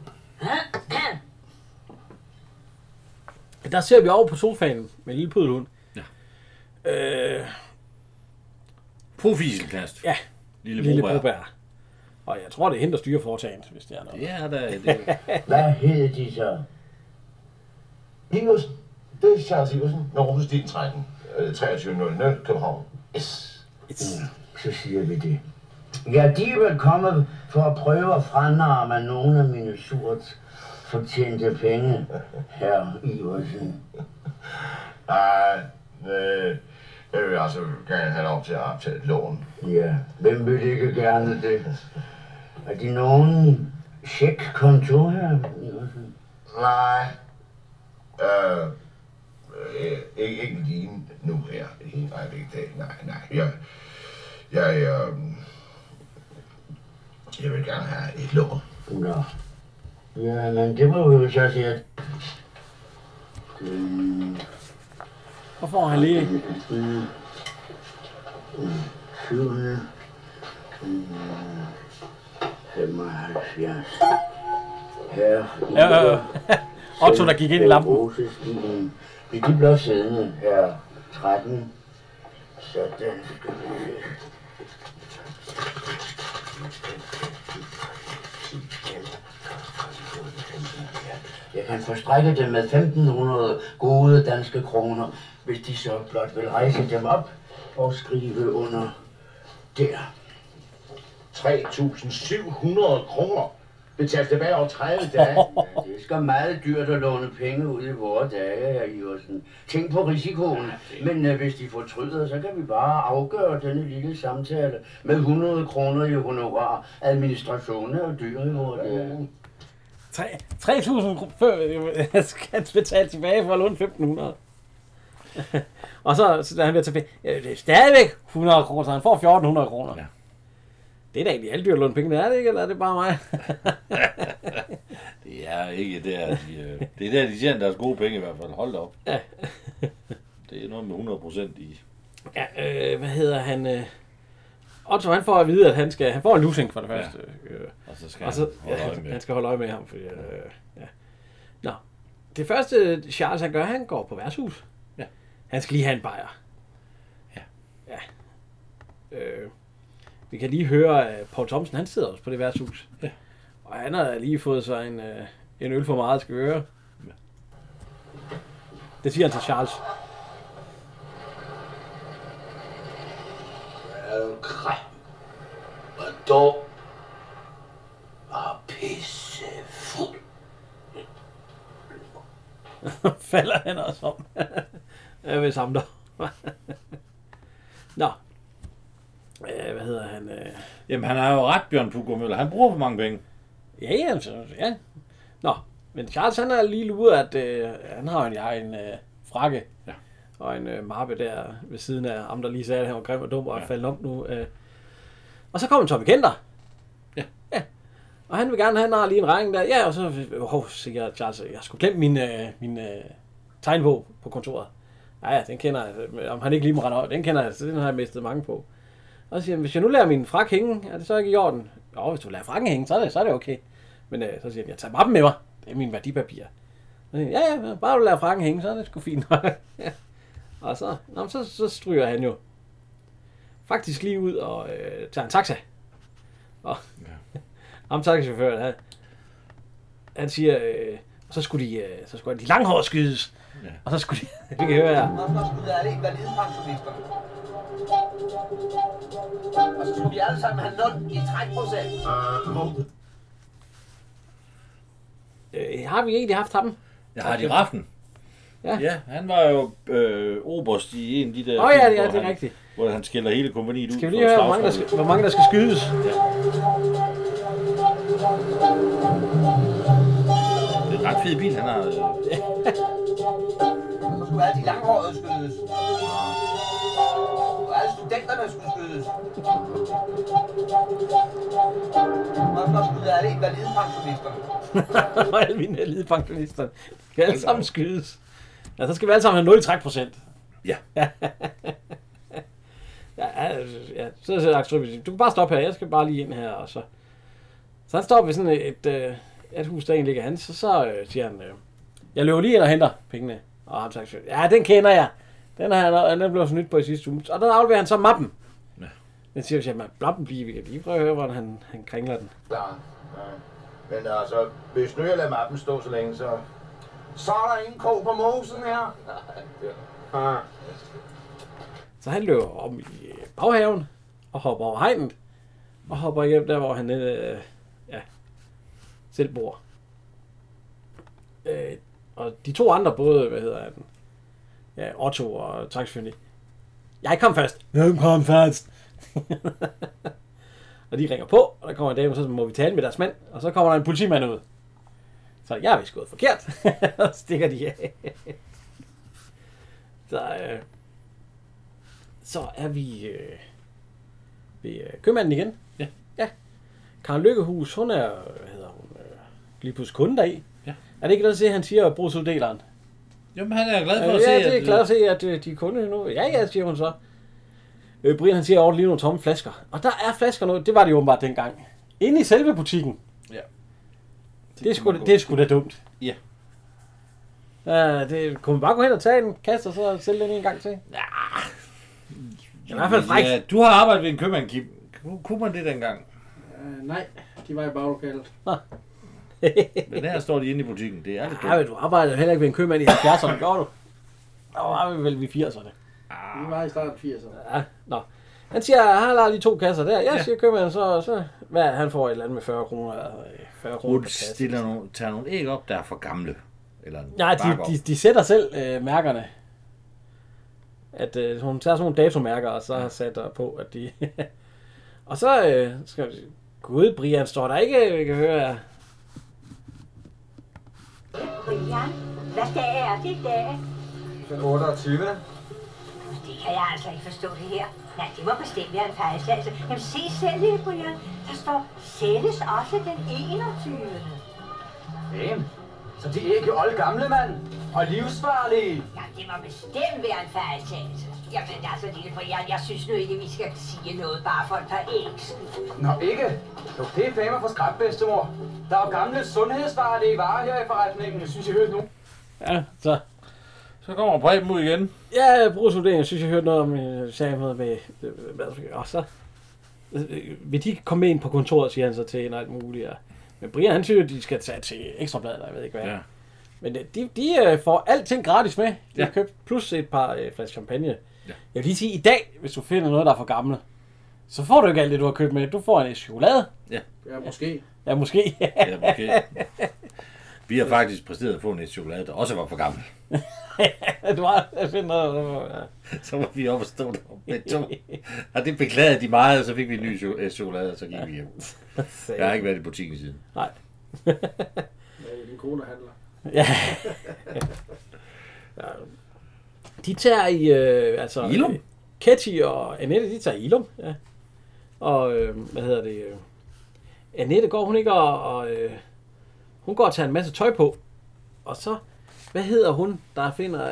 Der ser vi over på sofaen med en lille pudelhund. Ja. Profiselkast. Ja. Lille Broberg. Og jeg tror, det er hende, der styrer foretagendet, hvis det er noget. Ja, der er det. Hvad hed de så? Iversen. Det er Charles Iversen. Aarhus Din 13. 2300 København. Yes. Så siger vi det. Ja, de er vel kommet for at prøve at franarme nogle af mine surt fortjente penge, herr Iversen. Nej, jeg vil altså gerne have lov til at optage et lån. Ja, hvem vil ikke gerne det? Er de nogen checkkonto her, Iversen? Nej. Ikke lige nu her. Nej, det er ikke det. Nej. Jeg vil gerne have et lån. Nå. Ja, men det må vi jo så sige, at... Hvor får han lige? 75. Her. Ja. Otto, der gik ind i lampen. Vil de blive siddende her 13? Sådan skal vi se. Jeg kan forstrække dem med 1500 gode danske kroner, hvis de så blot vil rejse dem op og skrive under der. 3.700 kroner. Betalt tilbage over 30 dage. Ja, det er sgu meget dyrt at låne penge ud i vores dage, herr Iversen. Tænk på risikoen. Men hvis de fortryder, så kan vi bare afgøre denne lille samtale med 100 kroner i honorar. Administrationen er jo dyr i vores dage. 3.000 før skal betale tilbage for at låne 1.500. Og så da han bliver tilbage, det er stadigvæk 100 kroner, så han får 1.400 kroner. Ja. Det er da egentlig alt dyrt at låne penge, er det ikke, eller er det bare mig? Det er ikke der, det er der, de tjener deres gode penge i hvert fald. Hold da op. Ja. Det er noget med 100% i. Ja, hvad hedder han? Otto, han får at vide, at han får en losing for det første. Og så skal han skal holde øje med ham. Fordi, ja. Nå, det første Charles han gør, han går på værtshus. Ja. Han skal lige have en bajer. Ja. Vi kan lige høre, at Poul Thomsen, han sidder også på det værtshus. Ja. Og han har lige fået sig en øl for meget, skal vi høre. Ja. Det siger han til Charles. Er du kræm? Og dum? Og pissefuld? Falder han også om. Jeg vil samle dig. Nå. Hvad hedder han? Jamen, han har jo ret, Bjørn Puggaard-Müller. Han bruger for mange penge. Ja. Nå, men Charles, han har lige luret, at han har en frakke og en mappe der ved siden af ham, der lige sagde, at han var grim og dum og faldet om nu. Og så kommer Tommy Kenter. Ja. Og han vil gerne, han har lige en regning der. Ja, og så siger Charles, jeg skulle glemme min tegnbog på kontoret. Ja, den kender jeg. Om han ikke lige må rende over, den kender jeg, så den har jeg mistet mange på. Og så siger han, hvis jeg nu lader min frak hænge, er det så ikke i orden? Jo, hvis du lader frakken hænge, så er det okay. Men så siger han, jeg tager mappen med mig. Det er mine værdipapirer. Og siger, ja, bare du lader frakken hænge, så er det sgu fint. Ja. Og så stryger han jo faktisk lige ud og tager en taxa. Og ham taxachaufføren, han siger, så skulle de langhåret skydes. Ja. Og så skulle de, vi kan høre her. Og så skulle alle invalidepensionister. Og så skulle vi alle sammen have 0 i trækprocent. Har vi egentlig haft ham? Jeg har de Raffen. Ja, han var jo oberst i en af de der... ja, det er rigtigt. Hvor han skiller hele kompagniet ud. Skal vi lige høre, hvor mange der skal skydes? Ja. Det er en ret fed bil, han har... Så skulle alle de langhårede skydes. Og alle studenterne skulle skydes. Og så skyde alle invalidepensionisterne. Og alle invalidepensionisterne skal alle sammen skydes. Ja, så skal vi alle sammen have 0 trækprocent. Ja. Ja, så siger Axel, du kan bare stoppe her, jeg skal bare lige ind her, og så han står ved sådan et hus, der egentlig ikke er hans, så siger han, jeg løber lige ind og henter pengene, og han siger, ja, den kender jeg, den blev så nyt på i sidste uge, og der afleverer han så mappen. Ja. Den siger jo, at mappen vi kan lige prøve at høre, hvordan han kringler den. Klar. Ja. Men altså, hvis nu jeg lader mappen stå så længe, så er der ingen ko på mosen her. Ja. Så han løber om i baghaven, og hopper over hegnet, og hopper hjem der, hvor han selv bor. Og de to andre, både, Otto og taxichaufføren, jeg kom først. Og de ringer på, og der kommer en dame, og så må vi tale med deres mand, og så kommer der en politimand ud. Så jeg er vist gået forkert, og stikker de af. Så er vi ved købmanden igen. Ja. Karen Lykkehus, hun er, Glipus kunde deri. Ja. Er det ikke noget at se, at han siger brugsuddeleren? Jamen, han er glad for at se, at... Ja, det er glad at se, at de er kunde nu. Ja, siger hun så. Brian, han siger over lige nogle tomme flasker. Og der er flasker nu, det var det jo åbenbart dengang. Inde i selve butikken. Ja. Det er sgu da dumt. Ja. Det kunne man bare gå hen og tage en kasse, og så sælge den en gang til? Ja. I hvert fald frækt. Ja, du har arbejdet ved en købmand, Kim. Kunne man det dengang? Nej, de var i baglokalet. Men her står de inde i butikken. Det er lidt dumt. Ja, men du arbejdede heller ikke ved en købmand i 70'erne, gjorde du? Der var vi vel i 80'erne. Vi var i starten 80'erne. Ja, nå. Han siger, at han har lige 2 kasser der. Jeg siger købmanden, så han får et eller andet med 40 kroner. 40 kroner per kasse. Tager nogle æg op, der er for gamle. Eller nej, de sætter selv mærkerne. At hun tager sådan nogle datomærker, og så har sat der på, at de... og så skal vi... Gud, Brian, står der ikke, vi kan høre... Brian, hvad dag er det i dag? Den 28. Det kan jeg altså ikke forstå det her. Nej, det må bestemt være en fejlslagelse. Jamen se selv, lille Brian. Der står, sælges også den 21. Hvem? Så de er ikke oldgamle, mand. Og livsfarlige. Ja, det må bestemt være en fejlslagelse. Jamen altså, lille Brian, jeg synes nu ikke, vi skal sige noget bare for et par æg. Nå, ikke? Jo, det er flamer for skræt, bedstemor. Der er jo gamle sundhedsfarlige varer her i forretningen. Jeg synes, jeg hørte nu. Ja, så kommer Preben ud igen. Ja, brugsvurdering. Jeg synes, jeg hørte noget om med og så vil de komme med ind på kontoret, siger han så til en og alt muligt. Ja. Men Brian, han synes, de skal tage til Ekstrabladet, jeg ved ikke hvad. Ja. Men de får alting gratis med. De har købt plus et par flasker champagne. Ja. Jeg vil lige sige, i dag, hvis du finder noget, der er for gamle, så får du ikke alt det, du har købt med. Du får en chokolade. Ja. Ja, måske. Ja, måske. Ja, måske. Vi har faktisk præsteret at få en chokolade, der også var for gammel. Du har fundet noget. Ja. Så var vi oppe og stå der. Og det beklagede de meget, og så fik vi en ny chokolade, og så gik vi hjem. Jeg har ikke været i butikken siden. Nej. Din kone handler. Ja. De tager i Ilum? Ketty og Annette, de tager i Ilum. Ja. Og Annette går hun ikke og hun går og tager en masse tøj på. Og så, hvad hedder hun, der finder,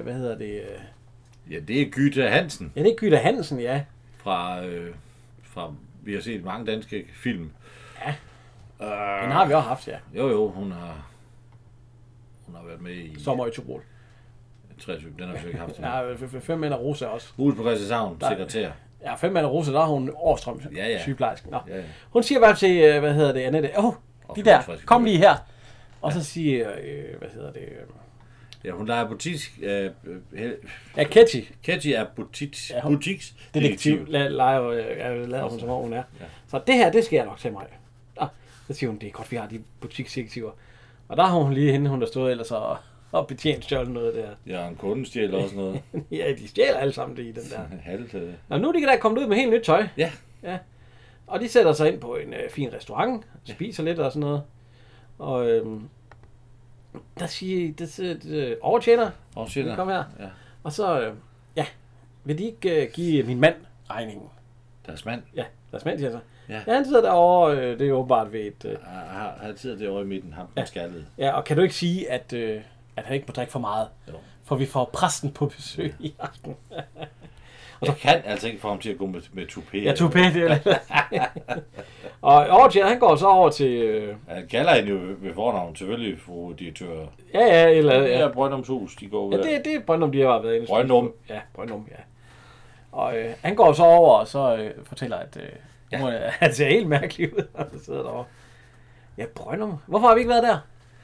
Ja, det er Gytte Hansen. Ja, det er Gytte Hansen, ja. Fra vi har set mange danske film. Ja. Den har vi også haft, ja. Jo, hun har været med i... Sommer i Tyrol. 23, den har vi ikke haft. Ja, 5 mænd og Rosa også. Hus på Christianshavn, sekretær. Ja, 5 mænd og Rosa, der har hun Årstrøm, sygeplejerske. Nå. Ja. Hun siger bare til, Annette, de der, kom lige her. Og så siger, Ja, hun leger butik. Ja, Ketty. Ketty er butiksdetektiv. Lader hun som om hun er. Ja. Så det her, det skal jeg nok til mig. Så siger hun, det er godt, vi har de butiksdetektiver. Og der har hun lige hende, hun der stod ellers og betjent stjålet noget der. Ja, en kunde stjæler også noget. Ja, de stjæler alle sammen det i den der. Halte. Og nu er de da kommet ud med helt nyt tøj. Ja. Og de sætter sig ind på en fin restaurant, spiser lidt og sådan noget. Og der siger det overtjener. Kom her. Ja. Og så, vil de ikke give min mand, regningen. Deres mand? Ja, deres mand, siger så. Ja. Ja, han sidder derovre, det er åbenbart ved et... Han sidder derovre i midten, ham den skaldede. Ja, og kan du ikke sige, at han ikke må drikke for meget? Jo. For vi får præsten på besøg i aften. Og så kan altså ikke få ham til at gå med toupé. Ja, toupé, det er det. Og Orjan, han går så over til... Han kalder hende jo ved fornavn, selvfølgelig, fru direktør. Ja, eller... Det er Brøndumshus, de går ud af. Ja, det er Brøndum, de har været inde. Brøndum. Ja, Brøndum, ja. Og han går så over og så fortæller, at han ser helt mærkelig ud, når han sidder derovre. Ja, Brøndum. Hvorfor har vi ikke været der?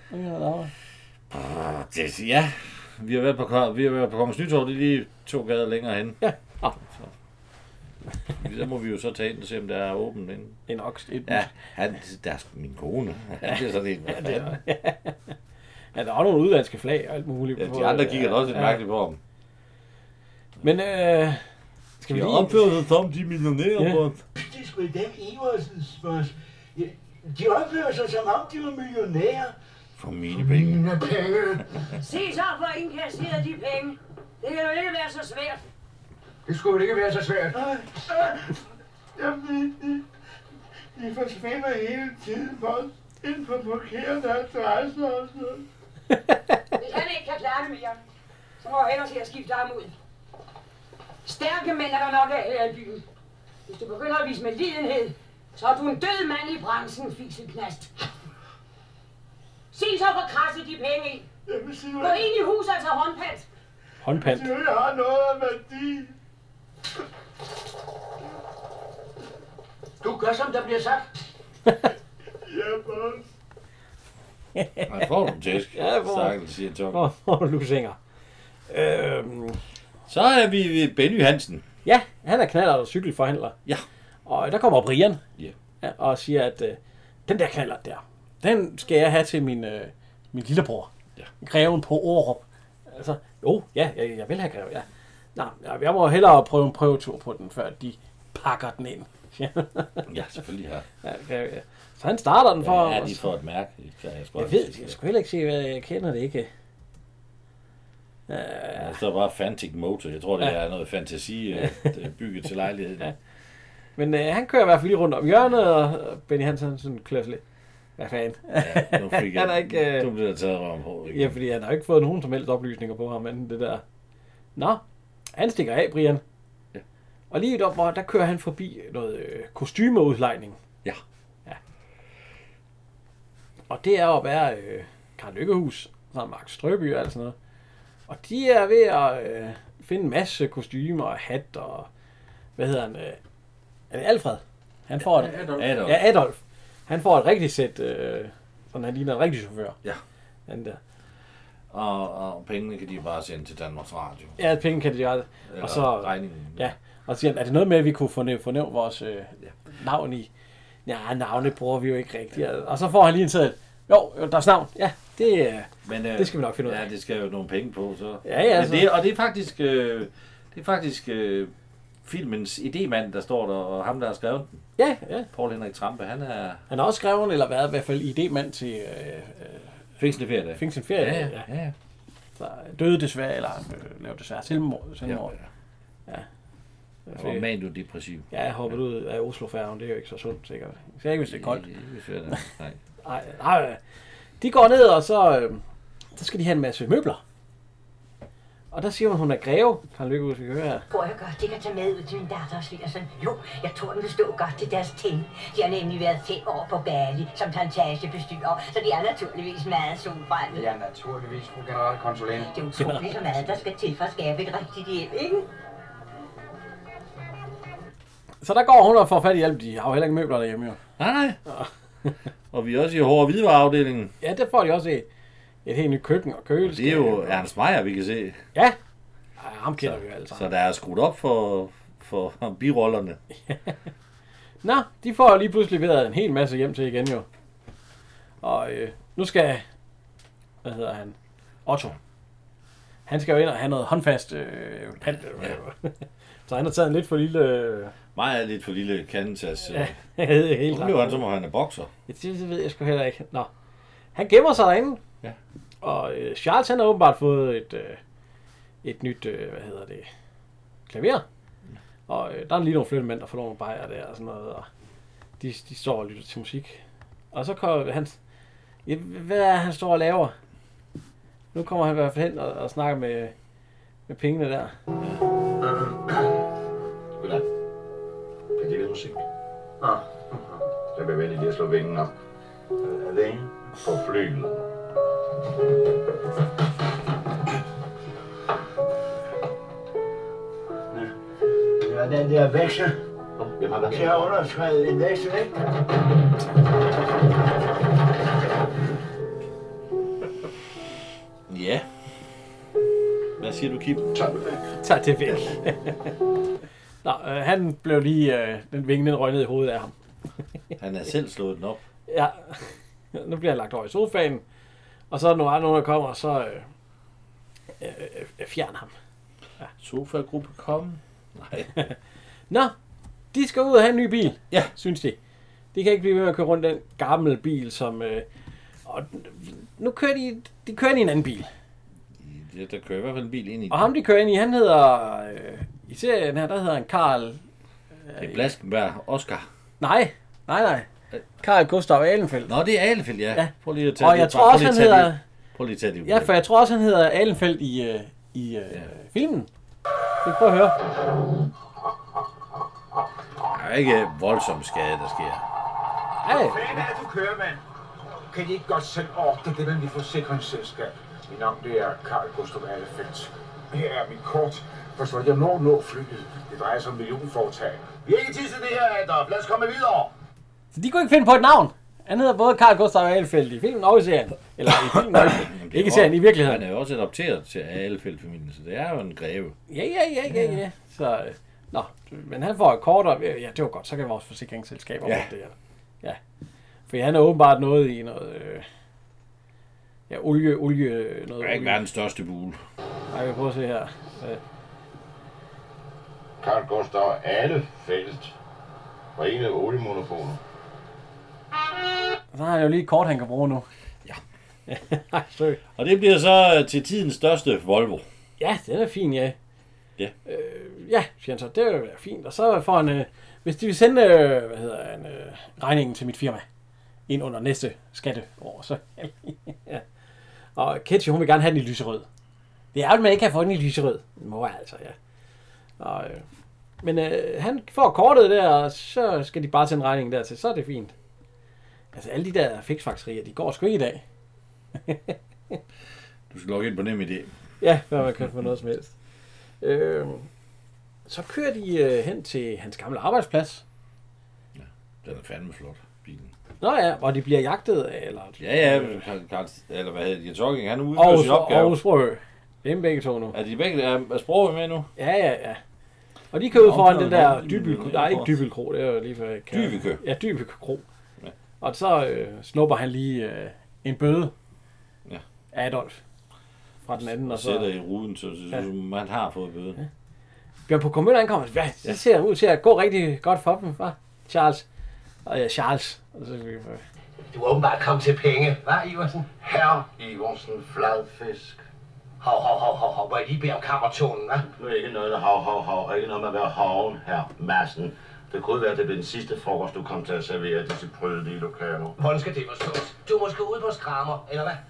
Ja, vi har været på Kongens Nytorv, det er lige 2 gader længere hen. Ja. Så må vi jo så tage ind og se, om der er åbent inde. En oks. Ja, der er min kone. Han bliver sådan en. Ja, der er nogle udlandske flag og alt muligt. Ja, de andre kigger også lidt mærkeligt på ham. Men skal vi lige... opfører sig som de millionærer, Det er sgu da Iversens spørgsmål. De opfører sig som om de var millionærer. For mine penge. Mine penge. Se så, hvor indkasserer de penge. Det kan jo ikke være så svært. Det skulle vel ikke være så svært. Nej. Jamen, de forsvinder hele tiden for ind på forkerte adresser og sådan noget. Hvis han ikke kan klare det mere, så må jeg hellere til at skifte ham ud. Stærke mænd er der nok af her i byen. Hvis du begynder at vise med lidenhed, så er du en død mand i branchen, fiselknast. Sig så, hvor krasse de penge i. Gå ind i huset og tage håndpant. Håndpant? Jeg har noget af værdi. Du gør, som der bliver sagt. Ja, boss. Han får du tæsk. Ja, siger Tom. Får du lusinger. Så er vi ved Benny Hansen. Ja, han er knallert og cykelforhandler. Ja. Og der kommer Brian. Ja. Og siger, at den der knallert der, den skal jeg have til min lillebror. Ja. Greven på Aarup. Altså, jeg vil have greven, ja. Nå, jeg må hellere prøve en prøvetur på den, før de pakker den ind. Ja, selvfølgelig her. Ja. Så han starter den for... Ja, de får et mærke. Jeg ved, jeg skulle heller ikke se, hvad jeg kender det ikke. Der står bare Fantic Motor. Jeg tror, det er noget fantasi bygget til lejligheden. Ja. Men han kører i hvert fald lige rundt om hjørnet, og Benny Hansen sådan klør lidt. Hvad fanden? Ja, nu fik han er ikke... Du bliver taget røven på. Ja, fordi han har ikke fået nogen som helst oplysninger på ham, men det der... Nå, han stikker af, Brian. Ja. Og lige deroppe, hvor der kører han forbi noget kostymeudlejning. Ja. Og det er jo bare Karl Lykkehus, sammen med Max Strøby og alt sådan noget. Og de er ved at finde en masse kostymer og hat og... Hvad hedder han? Er det Alfred? Han får et... Adolf. Ja, Adolf. Han får et rigtigt sæt, sådan han ligner en rigtig chauffør. Ja. Han der. Og pengene kan de bare sende til Danmarks Radio. Ja, penge kan de rette. Og så regningen. Ja. Og så siger han, er det noget med, at vi kunne fornævne vores navn i? Ja, navnet bruger vi jo ikke rigtigt. Og så får han lige en sæt. Jo, deres navn. Ja, det skal vi nok finde ud af. Ja, det skal jo nogle penge på, så. Ja, men det er faktisk filmens idémand, der står der, og ham, der har skrevet den. Ja. Paul Henrik Trampe, han har også skrevet, eller været i hvert fald idémand til Fængsel Feriedag. Fængsel Feriedag, ja. Så døde desværre, eller lavede desværre selvmord. Ja. Og manio-depressiv. Ja, jeg hoppede ud af Oslofærgen, det er jo ikke så sundt, sikkert. Så ikke, hvis det er koldt. Nej. De går ned, og så skal de have en masse møbler. Og der siger hun er greve. Karl Lykkehus, vi kan høre her. Tror jeg godt, det kan tage med ud til min datter og svigersen. Jo, jeg tror, den vil stå godt til deres ting. De har nemlig været 5 år på Bali som plantagebestyrer, så de er naturligvis meget solbrændte. Ja, naturligvis, fru generalkonsulent. Det er utroligt så meget, der skal til for at skabe et rigtigt hjem, ikke? Så der går hun og får fat i alt. De har jo heller ikke møbler derhjemme, jo. Nej. Og vi er også i hård- og hvidevareafdelingen. Ja, der får de også et helt nyt køkken og køleskab. Det er jo Ernst Meier, vi kan se. Ja. Ham kender vi jo alle sammen. Så der er skruet op for birollerne. Nå, de får lige pludselig leveret en hel masse hjem til igen, jo. Og nu skal... Hvad hedder han? Otto. Han skal jo ind og have noget håndfast pant. Så han har taget en lidt for lille... Mig er lidt for lille kandetas. Ja, helt nu bliver han som om han er bokser. Det ved jeg sgu heller ikke. Nå. Han gemmer sig derinde. Ja. Og Charles, han har åbenbart fået et nyt, klaver. Og der er lige nogle flyttemænd, der får nogle bajer der og sådan noget, og de står og lytter til musik. Og så kommer han... Ja, hvad er han står og laver? Nu kommer han i hvert fald hen og snakker med pengene der. Goddag. Kan det lidt musik? Jeg vil vælge lige at slå vingen op. Alene på flyet. Ja, den der veksel. Jeg har underskrevet en veksel, ikke? Ja. Hvad siger du, Kim? Tag det væk. Nå, han blev lige... den vinge, den røg ned i hovedet af ham. Han har selv slået den op. Ja. Nu bliver han lagt over i sofaen. Og så er der nogen, der kommer, og så fjerner ham. Ja. Sofa-gruppe kom. Nej. Nå, de skal ud og have en ny bil. Ja. Synes de. De kan ikke blive ved med at køre rundt den gamle bil, som... og nu kører de kører ind i en anden bil. Ja, der kører i hvert fald en bil ind i. Og ham de kører ind i, han hedder... I serien her, der hedder han Karl... Det er Blaskenberg Oscar. Nej. Karl Gustav Ahlenfeldt. Nå, det er Ahlenfeldt, ja. Prøv lige at tage og jeg tror også, han hedder... Prøv lige at tage det. Ja, for jeg tror også, han hedder Ahlenfeldt i filmen. Vi prøver at høre. Der er ikke voldsom skade, der sker. Hvad fanden er det, du kører, mand? Kan I ikke godt selv ordne det med mit forsikringsselskab? Mit navn det er Karl Gustav Ahlenfeldt. Her er mit kort. Forstår du, jeg nå flyet. Det drejer sig om millionforetag. Vi har ikke tid til det her, Adolf. Lad os komme videre. Så de kunne ikke finde på et navn. Han hedder både Karl Gustav Ahlenfeldt i filmen og i serien. Eller i filmen og ikke i serien, i virkeligheden. Han er jo også adopteret til Ahlenfeldt-familien, så det er jo en greve. Ja. Så, men han får et kort, og ja, det var godt. Så kan vores forsikringsselskab over det. Ja. For han er åbenbart noget i noget... olie... Noget det er ikke verdens største bule. Nej, jeg kan prøve at se her. Karl Gustav Ahlenfeldt var en af oliemonopoler. Så har han jo lige et kort, han kan bruge nu. Ja. Og det bliver så til tidens største Volvo. Ja, den er fin, ja. Ja. Ja, siger han så. Det er fint. Og så får han... hvis de vil sende regningen til mit firma ind under næste skatteår, så... ja. Og Ketty, hun vil gerne have den i lyserød. Det er jo, man ikke kan få den i lyserød. Det må jeg altså, ja. Og, men han får kortet der, og så skal de bare sende regningen dertil. Så er det fint. Altså, alle de der fiksfakserier, de går sgu ikke i dag. Du skal logge ind på NemID. Ja, før man kan få noget som helst. Så kører de hen til hans gamle arbejdsplads. Ja, den er fandme flot, bilen. Nå ja, og de bliver jagtet, eller... Ja, eller hvad hedder det? Talking, han udfører sin opgave. Aarhus Sprogø. Det er begge to nu. Er de begge er Sprogø med nu? Ja. Og de kører ud foran den der Dybel... Nej, ikke Dybelkro, det er jo lige for... Dybekø. Ja, Dybekro. Ja. Og så snupper han lige en bøde. Ja. Adolf. Fra den anden, og så... Sætter i ruden, så man har fået bøde. Ja. Bjørn på kommunen ankommer. Ja, det ser ud til at gå rigtig godt for dem, hva'? Charles. Og ja, Charles. Du er åbenbart kommet til penge, hva' Iversen? Herr Iversen, fladfisk. Hov, må jeg lige bede om kammertonen, hva'? Nu er ikke noget med hav. Ikke noget med at være haven, herr Madsen. Det kunne være, at det blev den sidste frokost, du kom til at servere disse prødelige lokaler. Hvordan skal det forstås? Du er måske ude på skrammer, eller hvad?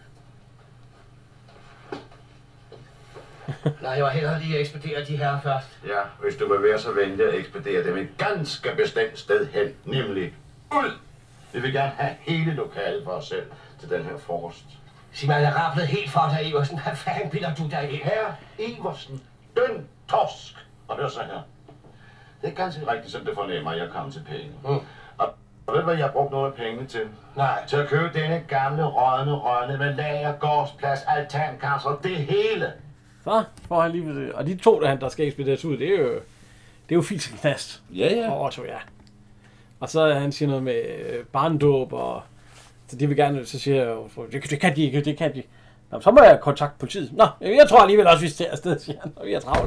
Nej, jeg var hellere lige at ekspedere de her først. Ja, hvis du vil være så venlig at ekspedere dem et ganske bestemt sted hen, nemlig ud. Vi vil gerne have hele lokalet for os selv til den her frokost. Sig mig, jeg rapplet helt for dig, Iversen. Hvad fanden bilder du dig ind? Herre Iversen, døn torsk. Og hør så her. Det er ganske rigtigt, som det fornemmer, at jeg kom til penge. Og ved du, hvad jeg har brugt nogle af pengene til? Nej. Til at købe denne gamle rødne med lager, gårdsplads, altankasser, det hele. Så får han lige det. Og de to, der skal ekspederes ud, det er jo Fils og Knast. Ja. Og Otto, ja. Og så han siger noget med barndåb, og så de vil gerne, så siger jeg, det kan de ikke. Nå, så må jeg kontakte politiet. Nå, jeg tror alligevel også, vi skal afsted, siger han, og vi er travlt.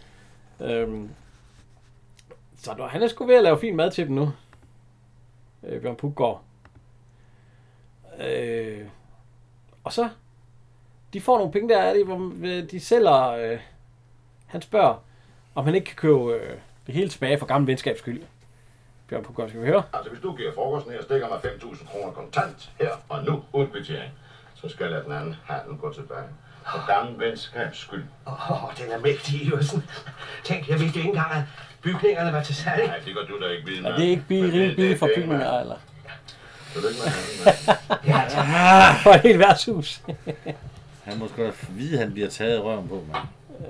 Så han er sgu ved at lave fin mad til dem nu. Bjørn Puggaard. Og så de får nogle penge der, hvor de sælger... han spørger, om han ikke kan købe det hele tilbage for gammel venskabs skyld. Bjørn Puggaard, skal vi høre? Altså, hvis du giver frokosten her og stikker mig 5.000 kroner kontant her og nu uden kvittering, så skal jeg lade den anden handel gå tilbage. For gammel venskabs skyld. Den er mægtig, Iversen. Tænk, jeg vidste ikke engang, at bygningerne var til salg. Nej, det gør du da ikke vide. Er det ikke billigt for bygninger, eller? Så det ikke med handel, ja, for et helt værtshus. Han må sgu da vide, at han bliver taget i røven på, mand.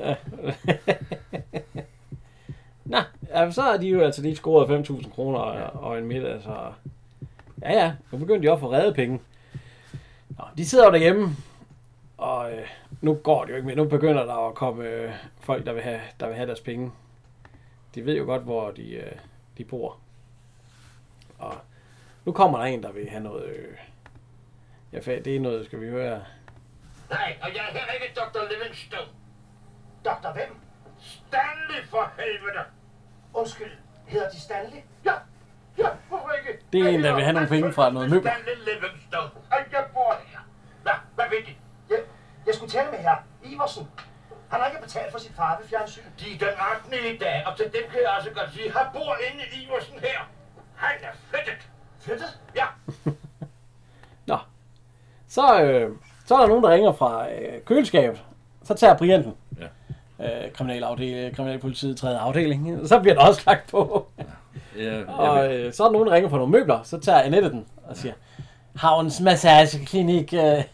Nå, ja, så har de jo altså lige scoret 5.000 kroner og en middag, så... Ja, nu begynder de også at få redde penge. Nå, de sidder jo derhjemme, og nu går det jo ikke mere. Nu begynder der at komme folk, der vil have deres penge. De ved jo godt, hvor de bor. Og nu kommer der en, der vil have noget... Ja, det er noget, skal vi høre... Nej, og jeg er heller ikke Dr. Livingstone. Dr. hvem? Stanley for helvede! Undskyld, hedder de Stanley? Ja, hvorfor ikke? Det er en, der vil have nogle penge fra noget møbler. Stanley Livingstone, og jeg bor her. Hvad vil de? Jeg skulle tale med herr Iversen. Han har ikke betalt for sit far ved fjernsyn. De er den 18. i dag, og til dem kan jeg også godt sige, han bor inde i Iversen her. Han er flyttet. Flyttet? Ja. Nå, så er der nogen, der ringer fra køleskabet. Så tager Brian den. Ja. Kriminalpolitiet 3. afdeling. Så bliver der også lagt på. Og så er der nogen, der ringer fra nogle møbler. Så tager Annette den og siger, Havns Massageklinik,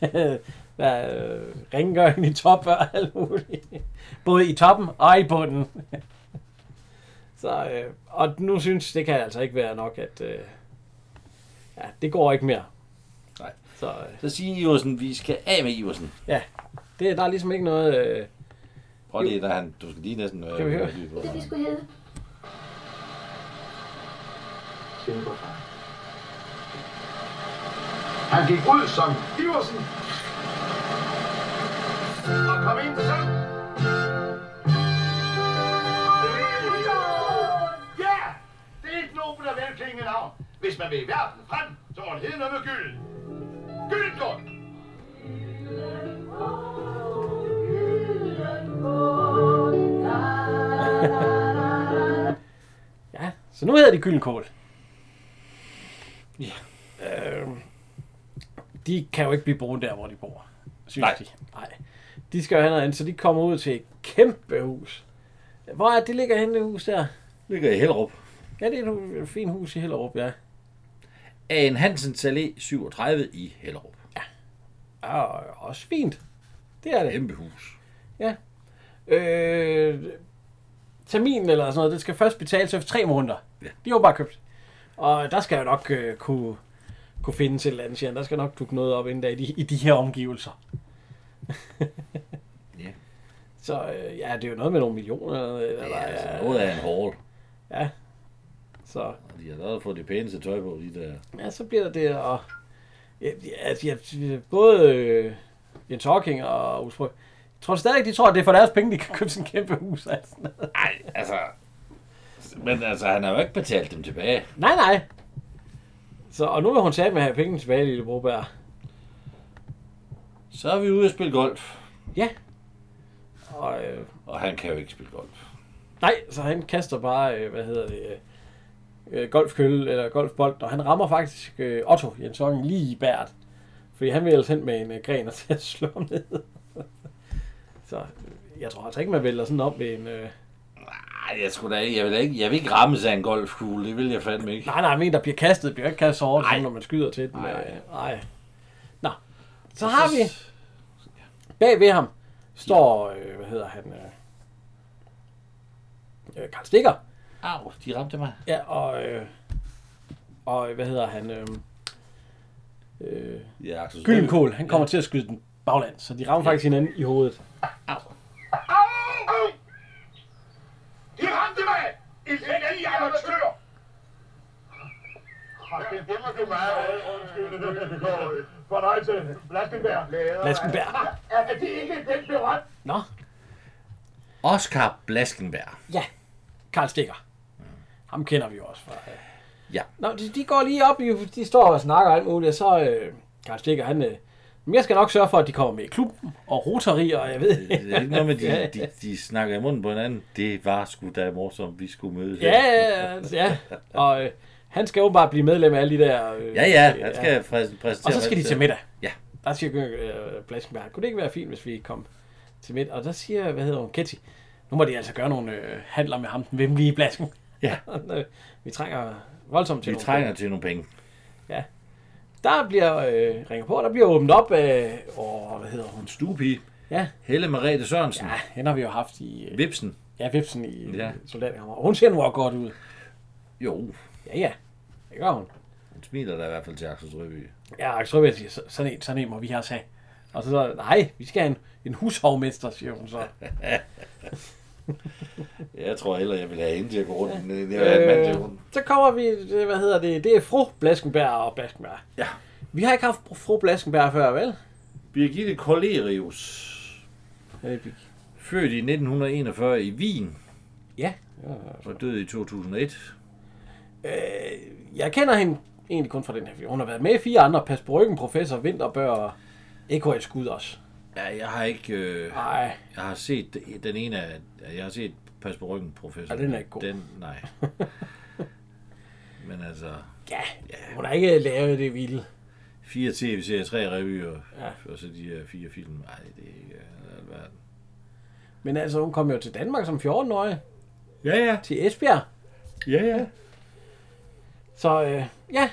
rengøring i top og alt muligt. Både i toppen og i bunden. Så, og nu synes det kan altså ikke være nok, at det går ikke mere. Nej. Så siger Iversen, vi skal af med Iversen. Ja, der er ligesom ikke noget... Prøv lige, du skal lige næsten... Kan vi høre? Det vi skulle hedde. Han gik ud som Iversen. Og kom ind så. Ja! Det er et nobelt og velklingende navn. Hvis man vil i verden frem, så må det hedde noget med gylden. Gyldenkort! Ja, så nu hedder de Gyldenkål. Ja. De kan jo ikke blive boende der, hvor de bor. Synes de. Nej. De skal jo have noget andet, så de kommer ud til et kæmpe hus. Hvor er det ligger henne, det hus der? Det ligger i Hellerup. Ja, det er et fint hus i Hellerup, ja. An Hansens Allé 37 i Hellerup. Ja. Ja, også fint. Det er det. Kæmpe hus. Ja. Terminen eller sådan noget, det skal først betales efter 3 måneder. Ja. De har jo bare købt. Og der skal jo nok kunne findes et eller andet sjældent. Der skal nok dukke noget op inden der i de her omgivelser. Ja. Så ja, det er jo noget med nogle millioner. Eller, ja, altså noget af en hall. Ja. Så. Og de har da fået det pæneste tøj på, de der. Ja, så bliver der det, og både Jens Hocking og Usbryg, jeg tror stadig, de tror, at det er for deres penge, de kan købe sådan en kæmpe hus. Nej, altså... Men altså, han har jo ikke betalt dem tilbage. Nej. Så, og nu vil hun tage med at have pengene tilbage, Lille Broberg. Så er vi ude at spille golf. Ja. Og han kan jo ikke spille golf. Nej, så han kaster bare, golfkølle eller golfbold, og han rammer faktisk Otto Jens Hocking lige i bæret. Fordi han vil ellers hen med en gren og til at slå ham ned. Så jeg tror altså ikke, man vælger sådan op ved en... Nej, jeg vil ikke ramme sig af en golfkugle, det vil jeg fandme ikke. Nej, men der bliver kastet, bliver ikke kastet så hårdt, når man skyder til den. Nej. Nå, så har vi... Bag ved ham står, Karl Stikker. Au, de ramte mig. Ja, og Gyldenkål, han kommer til at skyde den bagland, så de rammer faktisk hinanden i hovedet. Au! De ramte mig! I fik en amatør! Det må du meget undskyld. Fornøjelse. Blaskenberg. Er det ikke den berømt? Nå. Oscar Blaskenberg. Ja, Karl Stikker. Ham kender vi jo også fra... Ja. Nå, de går lige op, de står og snakker alt muligt, og så Karl Stikker, han Men jeg skal nok sørge for, at de kommer med i klubben og Rotary, og jeg ved... Det er ikke noget med, de snakker i munden på hinanden. Det var sgu da morsomt, vi skulle mødes. Ja. Og han skal jo bare blive medlem af alle de der... Han skal præsentere... Og så skal de til middag. Ja. Der siger Blaskenberg, kunne det ikke være fint, hvis vi kom til middag? Og der siger, hvad hedder hun, Ketty, nu må de altså gøre nogle handler med ham, den vemmelige Blasken. Ja. Vi trænger voldsomt til til nogle penge. Ja. Der bliver ringer på, der bliver åbnet op af, hvad hedder hun? Stuepige. Ja. Helle Merete Sørensen. Ja, hende har vi jo haft i... Vipsen. Ja, Vipsen i soldaterkammer. Og hun ser nu også godt ud. Jo. Ja. Det gør hun. Hun smiler da i hvert fald til Axel Strøby. Ja, Axel Strøby siger, sådan en må vi have have. Og så nej, vi skal have en hushovmester, siger hun så. Jeg tror heller, jeg vil have hende til at gå rundt. Så kommer vi, det er fru Blaskenberg og Blaskenberg. Ja. Vi har ikke haft fru Blaskenberg før, vel? Birgitte Kollerius. Født i 1941 i Wien. Ja. Og død i 2001. Jeg kender hende egentlig kun fra den her film. Hun har været med i 4 andre. Pas på ryggen, Professor Vinterbør og EKS Skud også. Ja, jeg har ikke... Nej. Jeg har set den ene af... Jeg har set Pas på ryggen, Professor. Ja, den er ikke god. Nej. Men altså... Ja, hun har ikke lavet det vilde. 4 tv-serier, 3 revyer, og så de her 4 film. Nej, det er ikke alverden. Men altså, hun kom jo til Danmark som 14-årig. Ja. Til Esbjerg. Ja. Så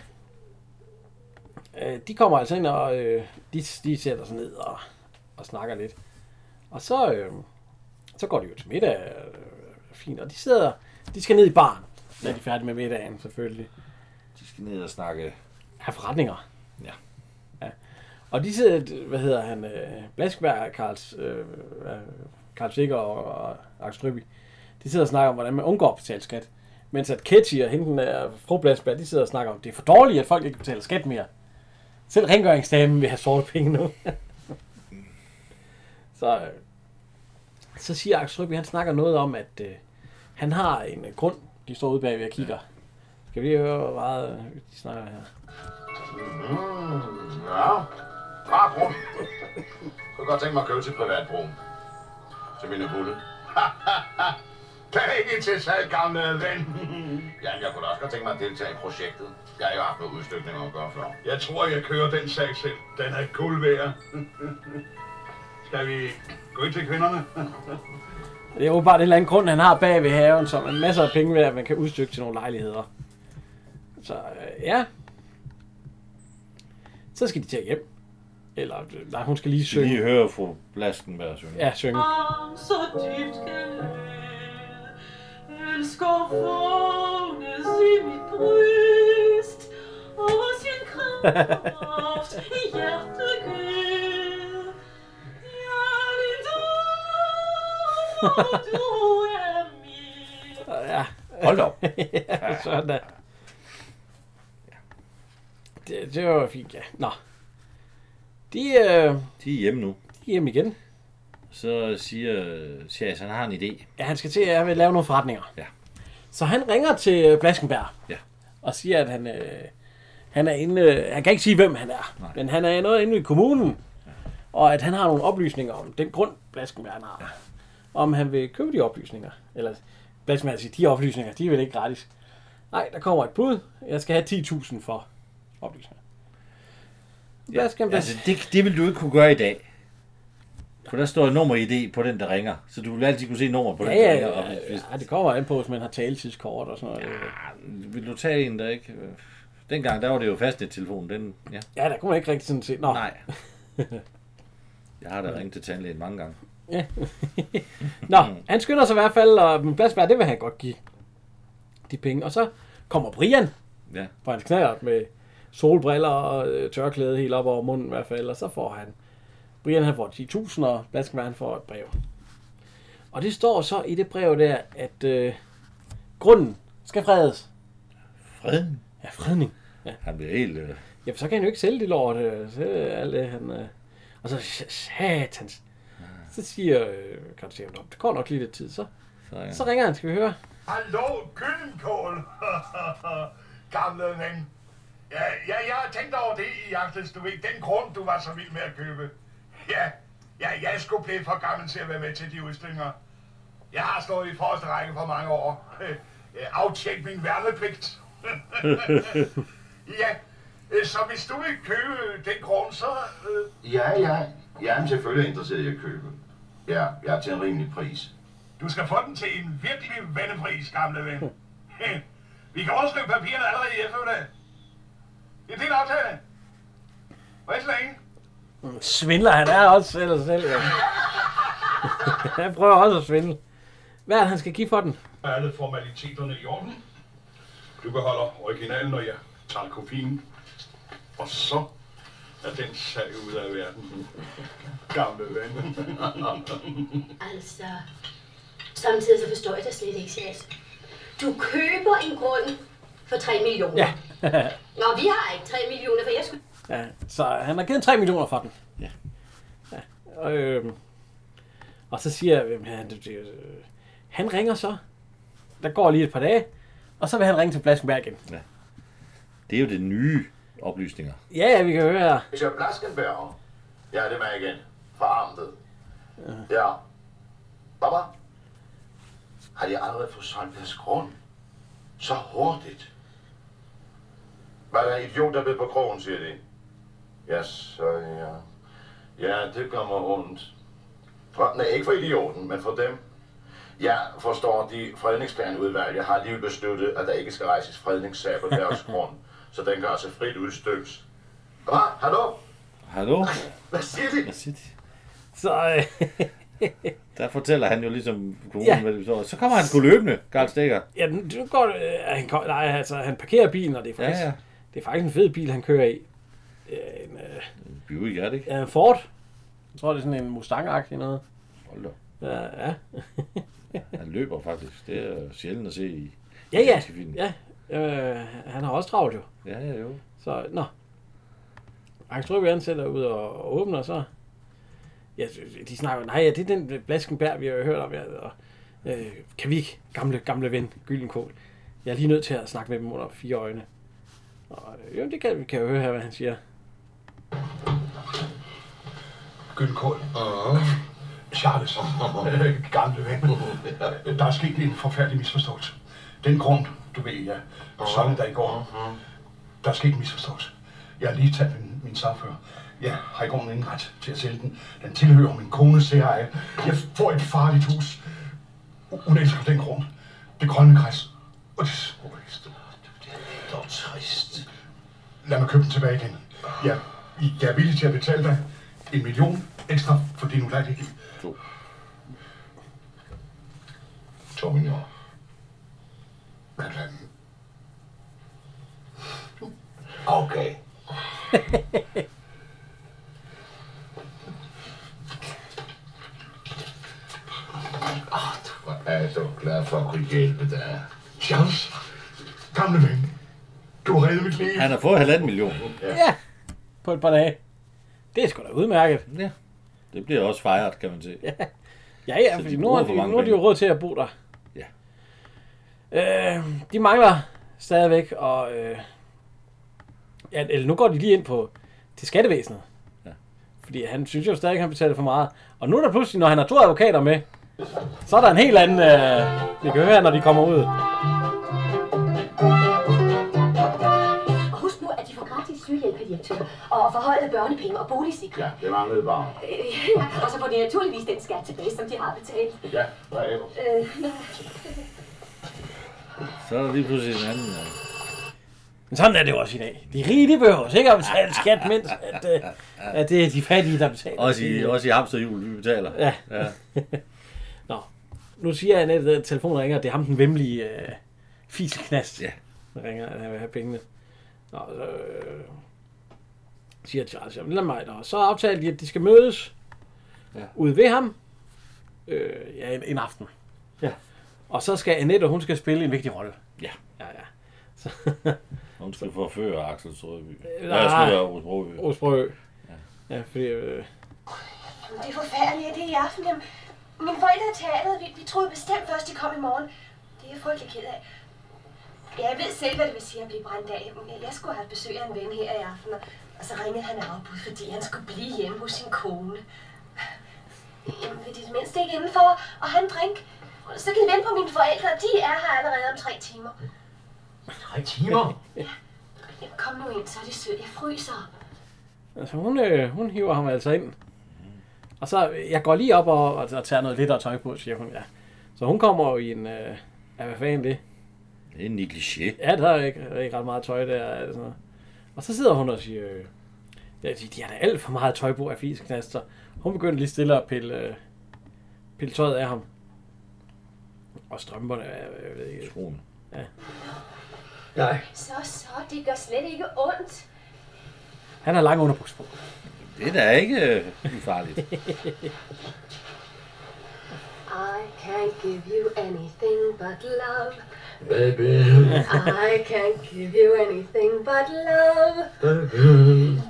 de kommer altså ind, og de sætter sig ned og snakker lidt. Og så går de jo til middag. Fint, og de skal ned i baren, når de er færdige med middagen, selvfølgelig. De skal ned og snakke... Have forretninger. Ja. Og de sidder, Blaskenberg, Karl Stikker og Axel Strøby, de sidder og snakker om, hvordan man undgår at betale skat. Mens at Ketty og hende der fru Blaskenberg, de sidder og snakker om, det er for dårligt, at folk ikke betaler skat mere. Selv rengøringsdamen vil have sorte penge nu. Så siger Axel Strøby, han snakker noget om, at han har en grund, de står ude bagved og kigger. Ja. Skal vi høre, hvor meget de snakker her? Ja, bra brun. Jeg kunne godt tænke mig at købe til privatbrug. Til mine hunde. Kan ikke til salg, gamle ven. Ja, jeg kunne da også godt tænke mig at deltage i projektet. Jeg har jo haft noget udstykning at gøre før. Jeg tror, jeg kører den sag selv. Den er guld værd. Skal vi gå ind til kvinderne? Det er jo bare en eller anden grund, han har bag ved haven, som en masse af penge ved, at man kan udstykke til nogle lejligheder. Så ja. Så skal de tage hjem. Eller nej, hun skal lige synge. Lige høre fru Blaskenberg synge. Ja, synge. Så dybt elsker fånes i mit bryst, og sin kraft i hjertet gør. Jeg vil du er min. Ja. Hold op. Ja, sådan da. Det var fint, ja. Nå. De er hjemme nu. De er hjemme igen. Så siger Chas, han har en idé. Ja, han skal til at lave nogle forretninger. Ja. Så han ringer til Blaskenberg. Ja. Og siger, at han er inde... Han kan ikke sige, hvem han er. Nej. Men han er noget inde i kommunen. Ja. Og at han har nogle oplysninger om den grund, Blaskenberg har. Ja. Om han vil købe de oplysninger. Eller Blaskenberg siger, de oplysninger, de er vel ikke gratis. Nej, der kommer et bud. Jeg skal have 10.000 for oplysninger. Ja, altså det vil du ikke kunne gøre i dag. For der står et nummer-ID på den, der ringer. Så du vil altid kunne se nummer på den, der ringer. Ja, det kommer an på, hvis man har taletidskort og sådan noget. Ja, vil du tage en, der ikke... Dengang, der var det jo fastnet-telefonen. Den, ja, der kunne man ikke rigtig sådan se. Nå. Nej. Jeg har da ringet til tandlægen mange gange. Ja. Nå, han skynder sig i hvert fald, og Blaskenberg, det vil han godt give de penge. Og så kommer Brian på hans knallert med solbriller og tørklæde helt op over munden i hvert fald, og så får Brian han får 10.000, og Blaskenberg han får et brev. Og det står så i det brev der, at grunden skal fredes. Fredning? Ja, fredning. Ja. Han bliver helt... Ja, så kan han jo ikke sælge det lort. Alt det, han... Og så satans. Så siger Karl Stikker, det går nok lige lidt tid, så ringer han, skal vi høre. Hallo, Gyllenkål. Gamle ven. Ja, jeg har tænkt over det i aftes, du ved. Den grund, du var så vild med at købe. Ja, jeg skulle blive for gammel til at være med til de udstillinger. Jeg har stået i forreste række for mange år. Aftjent min værnepligt. Ja, så hvis du vil købe den grund, så... Ja, jeg er selvfølgelig interesseret i at købe. Ja, jeg er til en rimelig pris. Du skal få den til en virkelig vennepris, gamle ven. Vi kan underskrive papirerne allerede i eftermiddag. Det er din aftale. Hvad så længe? Svindler, han er også selv. Ja. Han prøver også at svindle. Hvad er det, han skal give for den? Alle formaliteterne i orden. Du beholder originalen, når jeg tager kopien. Og så er den sag ud af verden. Gamle ven. Altså, samtidig så forstår jeg det slet ikke, Sjæs. Du køber en grund for 3 millioner. Ja. Nå, vi har ikke 3 millioner, for jeg skulle... Ja, så han har givet 3 millioner for den. Ja. Og så siger han ringer så. Der går lige et par dage. Og så vil han ringe til Blaskenberg igen. Ja. Det er jo det nye oplysninger. Ja, vi kan høre her. Monsieur Blaskenberg. Ja, det er mig igen. Fra Amtet. Ja. Baba? Har de allerede fået solgt deres grund? Så hurtigt. Var der en idiot, der ved på krogen, siger de? Ja, så ja. Ja, det kommer ondt. Nej, ikke for idioten, men for dem. Jeg forstår, de fredningsplanudvalget har lige besluttet, at der ikke skal rejses fredningssag på deres grund, så den kan altså frit udstykkes. Hvad? Hallo? Hallo? Hvad siger de? Hvad siger de? Så der fortæller han jo ligesom kommunen, hvad det står. Så kommer han sgu løbende, Karl Stikker. Ja, nu går, han parkerer bilen, og det er faktisk, det er faktisk en fed bil, han kører i. En Buick, er det ikke? Ja, en Ford. Jeg tror, det er sådan en Mustang-agtig noget. Hold da. Ja. Han løber faktisk. Det er sjældent at se i danske film. Ja. Han har også travlt jo. Ja, jo. Så, Max Strøby ansætter ud og åbner, så... Ja, de snakker, nej, det er den Blaskenberg, vi har hørt om. Og, kan vi ikke, gamle ven, Gyldenkål? Jeg er lige nødt til at snakke med dem under 4 øjne. Og, jo, det kan vi jo høre her, hvad han siger. Gyldenkål. Charles, gamle ven. Der er sket en forfærdelig misforståelse. Den grund, du ved, jeg solgte der i går. Der er sket en misforståelse. Jeg har lige talt min sagfører. Jeg har i grunden ingen ret til at sælge den. Den tilhører min kone, særeje. Jeg får et farligt hus. Hun elsker den grund. Det grønne græs. Og det smukkeste. Det er dog trist. Lad mig købe den tilbage igen. Jeg er villig til at betale dig 1 million ekstra for din ulejlighed. 2 millioner. Okay. Hvor er jeg så glad for at kunne hjælpe dig. Charles, gamle ven, du har reddet mit liv. Han har fået 1,5 million. Ja, på et par dage. Det er sgu da udmærket. Ja, det bliver også fejret, kan man sige. Ja, fordi nu har de jo råd til at bo der. Ja. De mangler stadigvæk, og eller nu går de lige ind til skattevæsenet. Ja. Fordi han synes jo stadig, at han betaler for meget. Og nu er der pludselig, når han har 2 advokater med, så er der en helt anden, vi kan høre, når de kommer ud. Og husk nu, at de får gratis sygehjælp, direktør, og forhøjet børnepenge og boligsikring. Ja, det manglede bare. Og så får de naturligvis den skat tilbage, som de har betalt. Ja, hvad er det? Så er der lige pludselig en anden. Men sådan er det jo også i dag. De rige, de behøver ikke at betale skat, mens at det er de fattige, der betaler. Også i hamsterhjul, vi betaler. Ja. Nå, nu siger jeg, at telefonen ringer, det er ham den vemmelige fiseknast, der ringer, at han vil have pengene. Nå, siger Charles, lad mig da. Så aftalte de, at de skal mødes ude ved ham en aften. Ja. Og så skal Annette, hun skal spille en vigtig rolle. Ja. Så hun skal forføre Axel Strøby. Osbrø. Ja, fordi... Det er forfærdeligt, det er i aften. Mine forældre har teateret. Vi troede bestemt først, de kom i morgen. Det er jeg frygtelig ked af. Jeg ved selv, hvad det vil sige at blive brændt af. Jeg skulle have besøg af en ven her i aften, og så ringede han afbud, fordi han skulle blive hjemme hos sin kone. Jamen, vil de det mindste ikke indenfor og have en drink? Så kan I vente på mine forældre, de er her allerede om 3 timer. 3 timer? Ja. Jamen, kom nu ind, så er det sødt. Jeg fryser. Altså, hun hiver ham altså ind. Og så, jeg går lige op og tager noget lidt af tøj på, siger hun, ja. Så hun kommer jo i en, hvad fanden det? Det er en negligé. Ja, der er ikke ret meget tøj der. Altså. Og så sidder hun og siger, ja, de har da alt for meget tøj på af fiskeknaster. Hun begynder lige stille at pille tøjet af ham. Og strømperne, jeg ved ikke. Skroen. Ja. Nej. Så, det gør slet ikke ondt. Han har lang underbuks på. Det er da ikke ufarligt. I can't give you anything but love. Baby. I can't give you anything but love. Baby.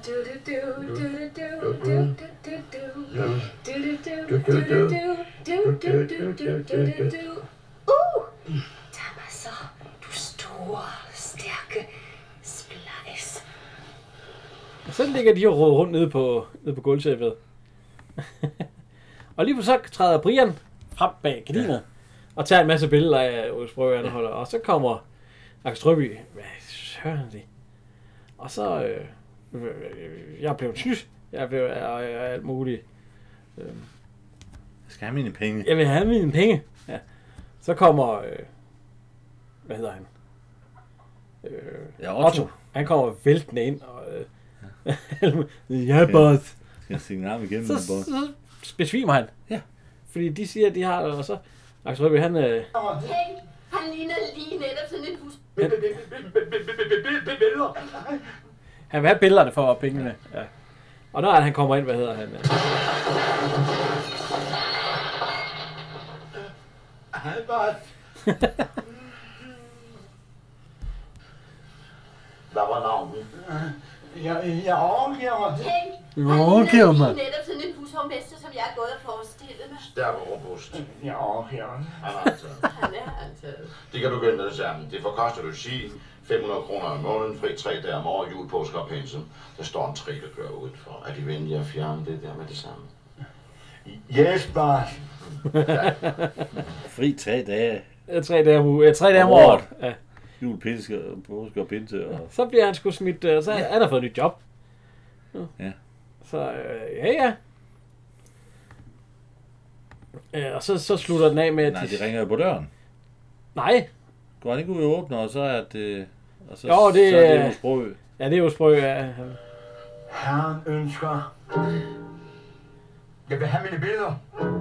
Tag mig så, du store, stærke splejs. Og så ligger de og råder rundt nede på gulvtæppet. Og lige på så træder Brian frem bag gardinet og tager en masse billeder af Osprø anholder. Og så kommer Axel Strøby. Hvad søren det? Og så jeg blev tysk. Jeg blev alt muligt. Jeg skal have mine penge. Jeg vil have mine penge. Ja. Så kommer hvad hedder han? Otto. Han kommer væltende ind og ja, boss. Skal jeg sige navn igennem? Så besvimer han. Ja. Fordi de siger, at de har, og så Axel Røby, han... Tænk, han ligner lige netop sådan en hus. Billeder. Han vil have billederne for pengene. Ja. Og når han kommer ind, hvad hedder han? Hej, boss. Hvad var navnet? Jeg overgiver mig. Tænk, han ligner lige netop sådan en hushovmester, som jeg er gået og forestillet mig. Stærk og robust. Jeg overgiver mig. Han er antaget. Han er antaget. Det kan du gøre med det samme. Det forkoster du sige 500 kroner om måneden, fri 3 dage om året, jul, påske og pensum. Der står en træ, der kører ud for. Er de venlige at fjerne det der med det samme? Yes, boss. Fri 3 dage. 3 dage om uge. 3 dage om året. Ja. Jul, påske og pinse. Og... Så bliver han sgu smidt, så han har fået et nyt job. Ja. Så og så slutter den af med, at nej, de ringer jo på døren. Nej. Går han ikke ud og åbner, og så er det... Og så, jo, det, så er det jo Sprø. Ja, det er jo Sprø, ja. Herren ønsker... Jeg vil have mine billeder.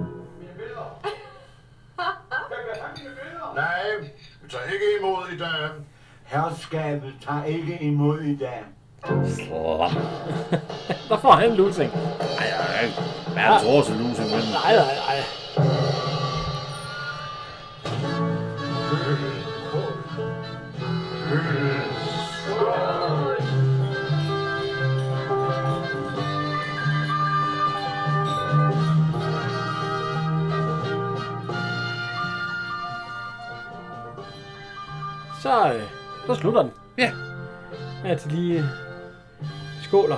Nej, vi tager ikke imod i dag. Herskabet tager ikke imod i dag. Der får han losing. Nej. Hvad er tror til losing? Men... Nej. Så slutter den. Ja. At de lige skåler.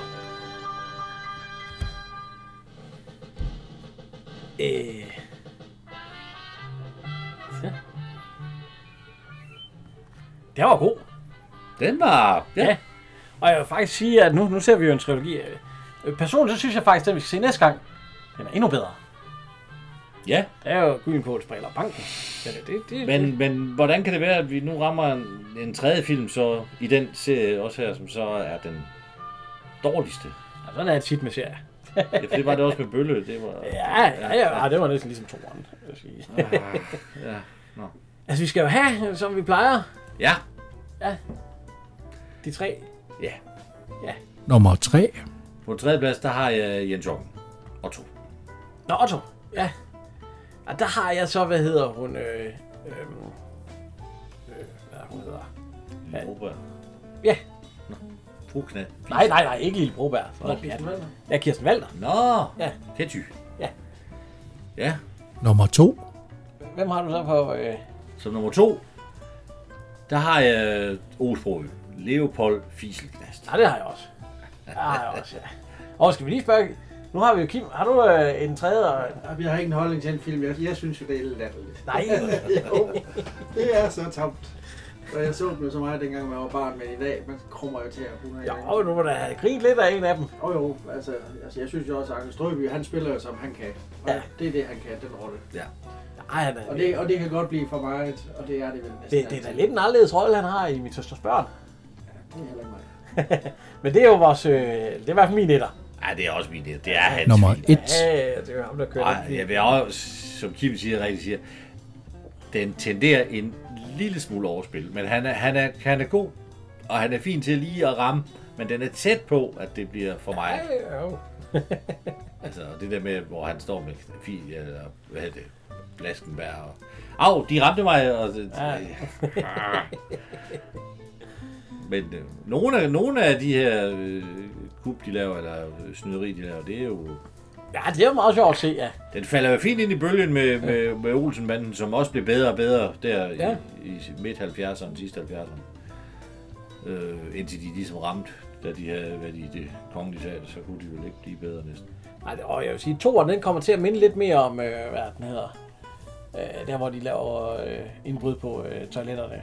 Så. Det var god. Den var... Ja. Og jeg vil faktisk sige, at nu ser vi jo en trilogi. Personligt så synes jeg faktisk, at vi skal se næste gang. Den er endnu bedre. Ja. Det er jo Gyllenpåls Briller og Banken. Men hvordan kan det være, at vi nu rammer en tredje film så i den serie også her, som så er den dårligste? Ja, sådan er det tit med serier. Ja, for det var det også med Bølle. Det var, ja, det var næsten ligesom toeren, vil jeg sige. Ja. Nå. Altså, vi skal jo have, som vi plejer. Ja. Ja. De 3. Ja. Nummer 3. På tredje plads, der har jeg Jens Jørgen. Otto. Nå, Otto. Ja. Og der har jeg så, hvad hedder hun? Hvad hun hedder? Lille Broberg. Ja. Nå. Fru Knald. Nej, ikke Lille Broberg. Ja, Kirsten Walther. Nå. Ja. Ketty. Ja. Ja. Nummer 2. Hvem har du så på? Som nummer 2, Der har jeg Olsbro. Leopold Fieselknast. Ja, det har jeg også. Ja. Og skal vi lige spørge... Nu har vi jo Kim. Har du en tredje? Jeg har ikke en holdning til en film. Jeg synes jo, det er lidt latterligt. Nej. Jo, det er så tabt. Og jeg så dem så meget dengang, jeg var barn, men i dag, man krummer jo til at 100 gange. Jo, nu må da have grint lidt af en af dem. Jo, altså jeg synes jo også, at Axel Strøby, han spiller jo som han kan. Og det er det, han kan, den rolle. Ja. Ej, og det kan godt blive for meget, og det er det vel næsten. Det er da lidt en anderledes rolle, han har i Min Søsters Børn. Ja, det er heller ikke mig. Men det er jo vores... det er i hvert fald min etter. Ja, det er også min etter. Det er hans Nummer film. 1. Ja, det er jo ham, der kører den. Jeg vil også, som Kim siger, den tenderer en lille smule overspil, men han er god, og han er fin til lige at ramme, men den er tæt på, at det bliver for mig. Altså, det der med, hvor han står med eller hvad hedder det, Blaskenberg og... de ramte mig, og... Men nogle af de her kub, de laver, eller snyderi, de laver, det er jo... Ja, det er jo meget sjovt at se, ja. Den falder jo fint ind i bølgen med Olsenbanden, som også blev bedre og bedre der i midt-70'erne, sidste 70'erne. Indtil de ligesom ramte, da de havde været i det kongelige teater, så kunne de vel ikke blive bedre næsten. Nej, og jeg vil sige, toeren, den kommer til at minde lidt mere om, hvad den hedder. Der, hvor de laver indbrud på toiletterne.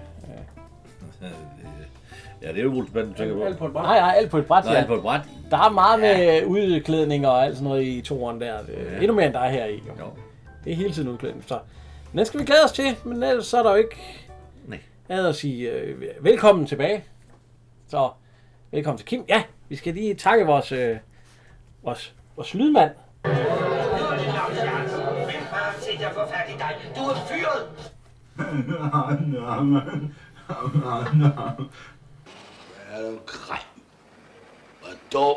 Ja, det er jo Olsenbanden, du tænker på. Alt på et bræt. Nej, alt på et bræt, ja. Alt på et bræt. Der er meget med udklædning og alt sådan noget i toeren der. Endnu mere end der er her i. Jo. Det er hele tiden udklædning. Så den skal vi glæde os til, men ellers så er der jo ikke andet at sige velkommen tilbage. Så velkommen til Kim. Ja, vi skal lige takke vores lydmand. Du er fyret! Er du grim? Og dum?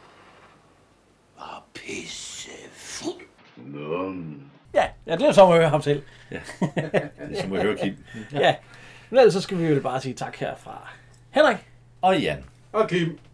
Og pissefuld? Ja, det er som at høre ham selv. Ja, det er som at høre Kim. Ja, men ellers så skal vi jo bare sige tak her fra Henrik og Jan og Kim.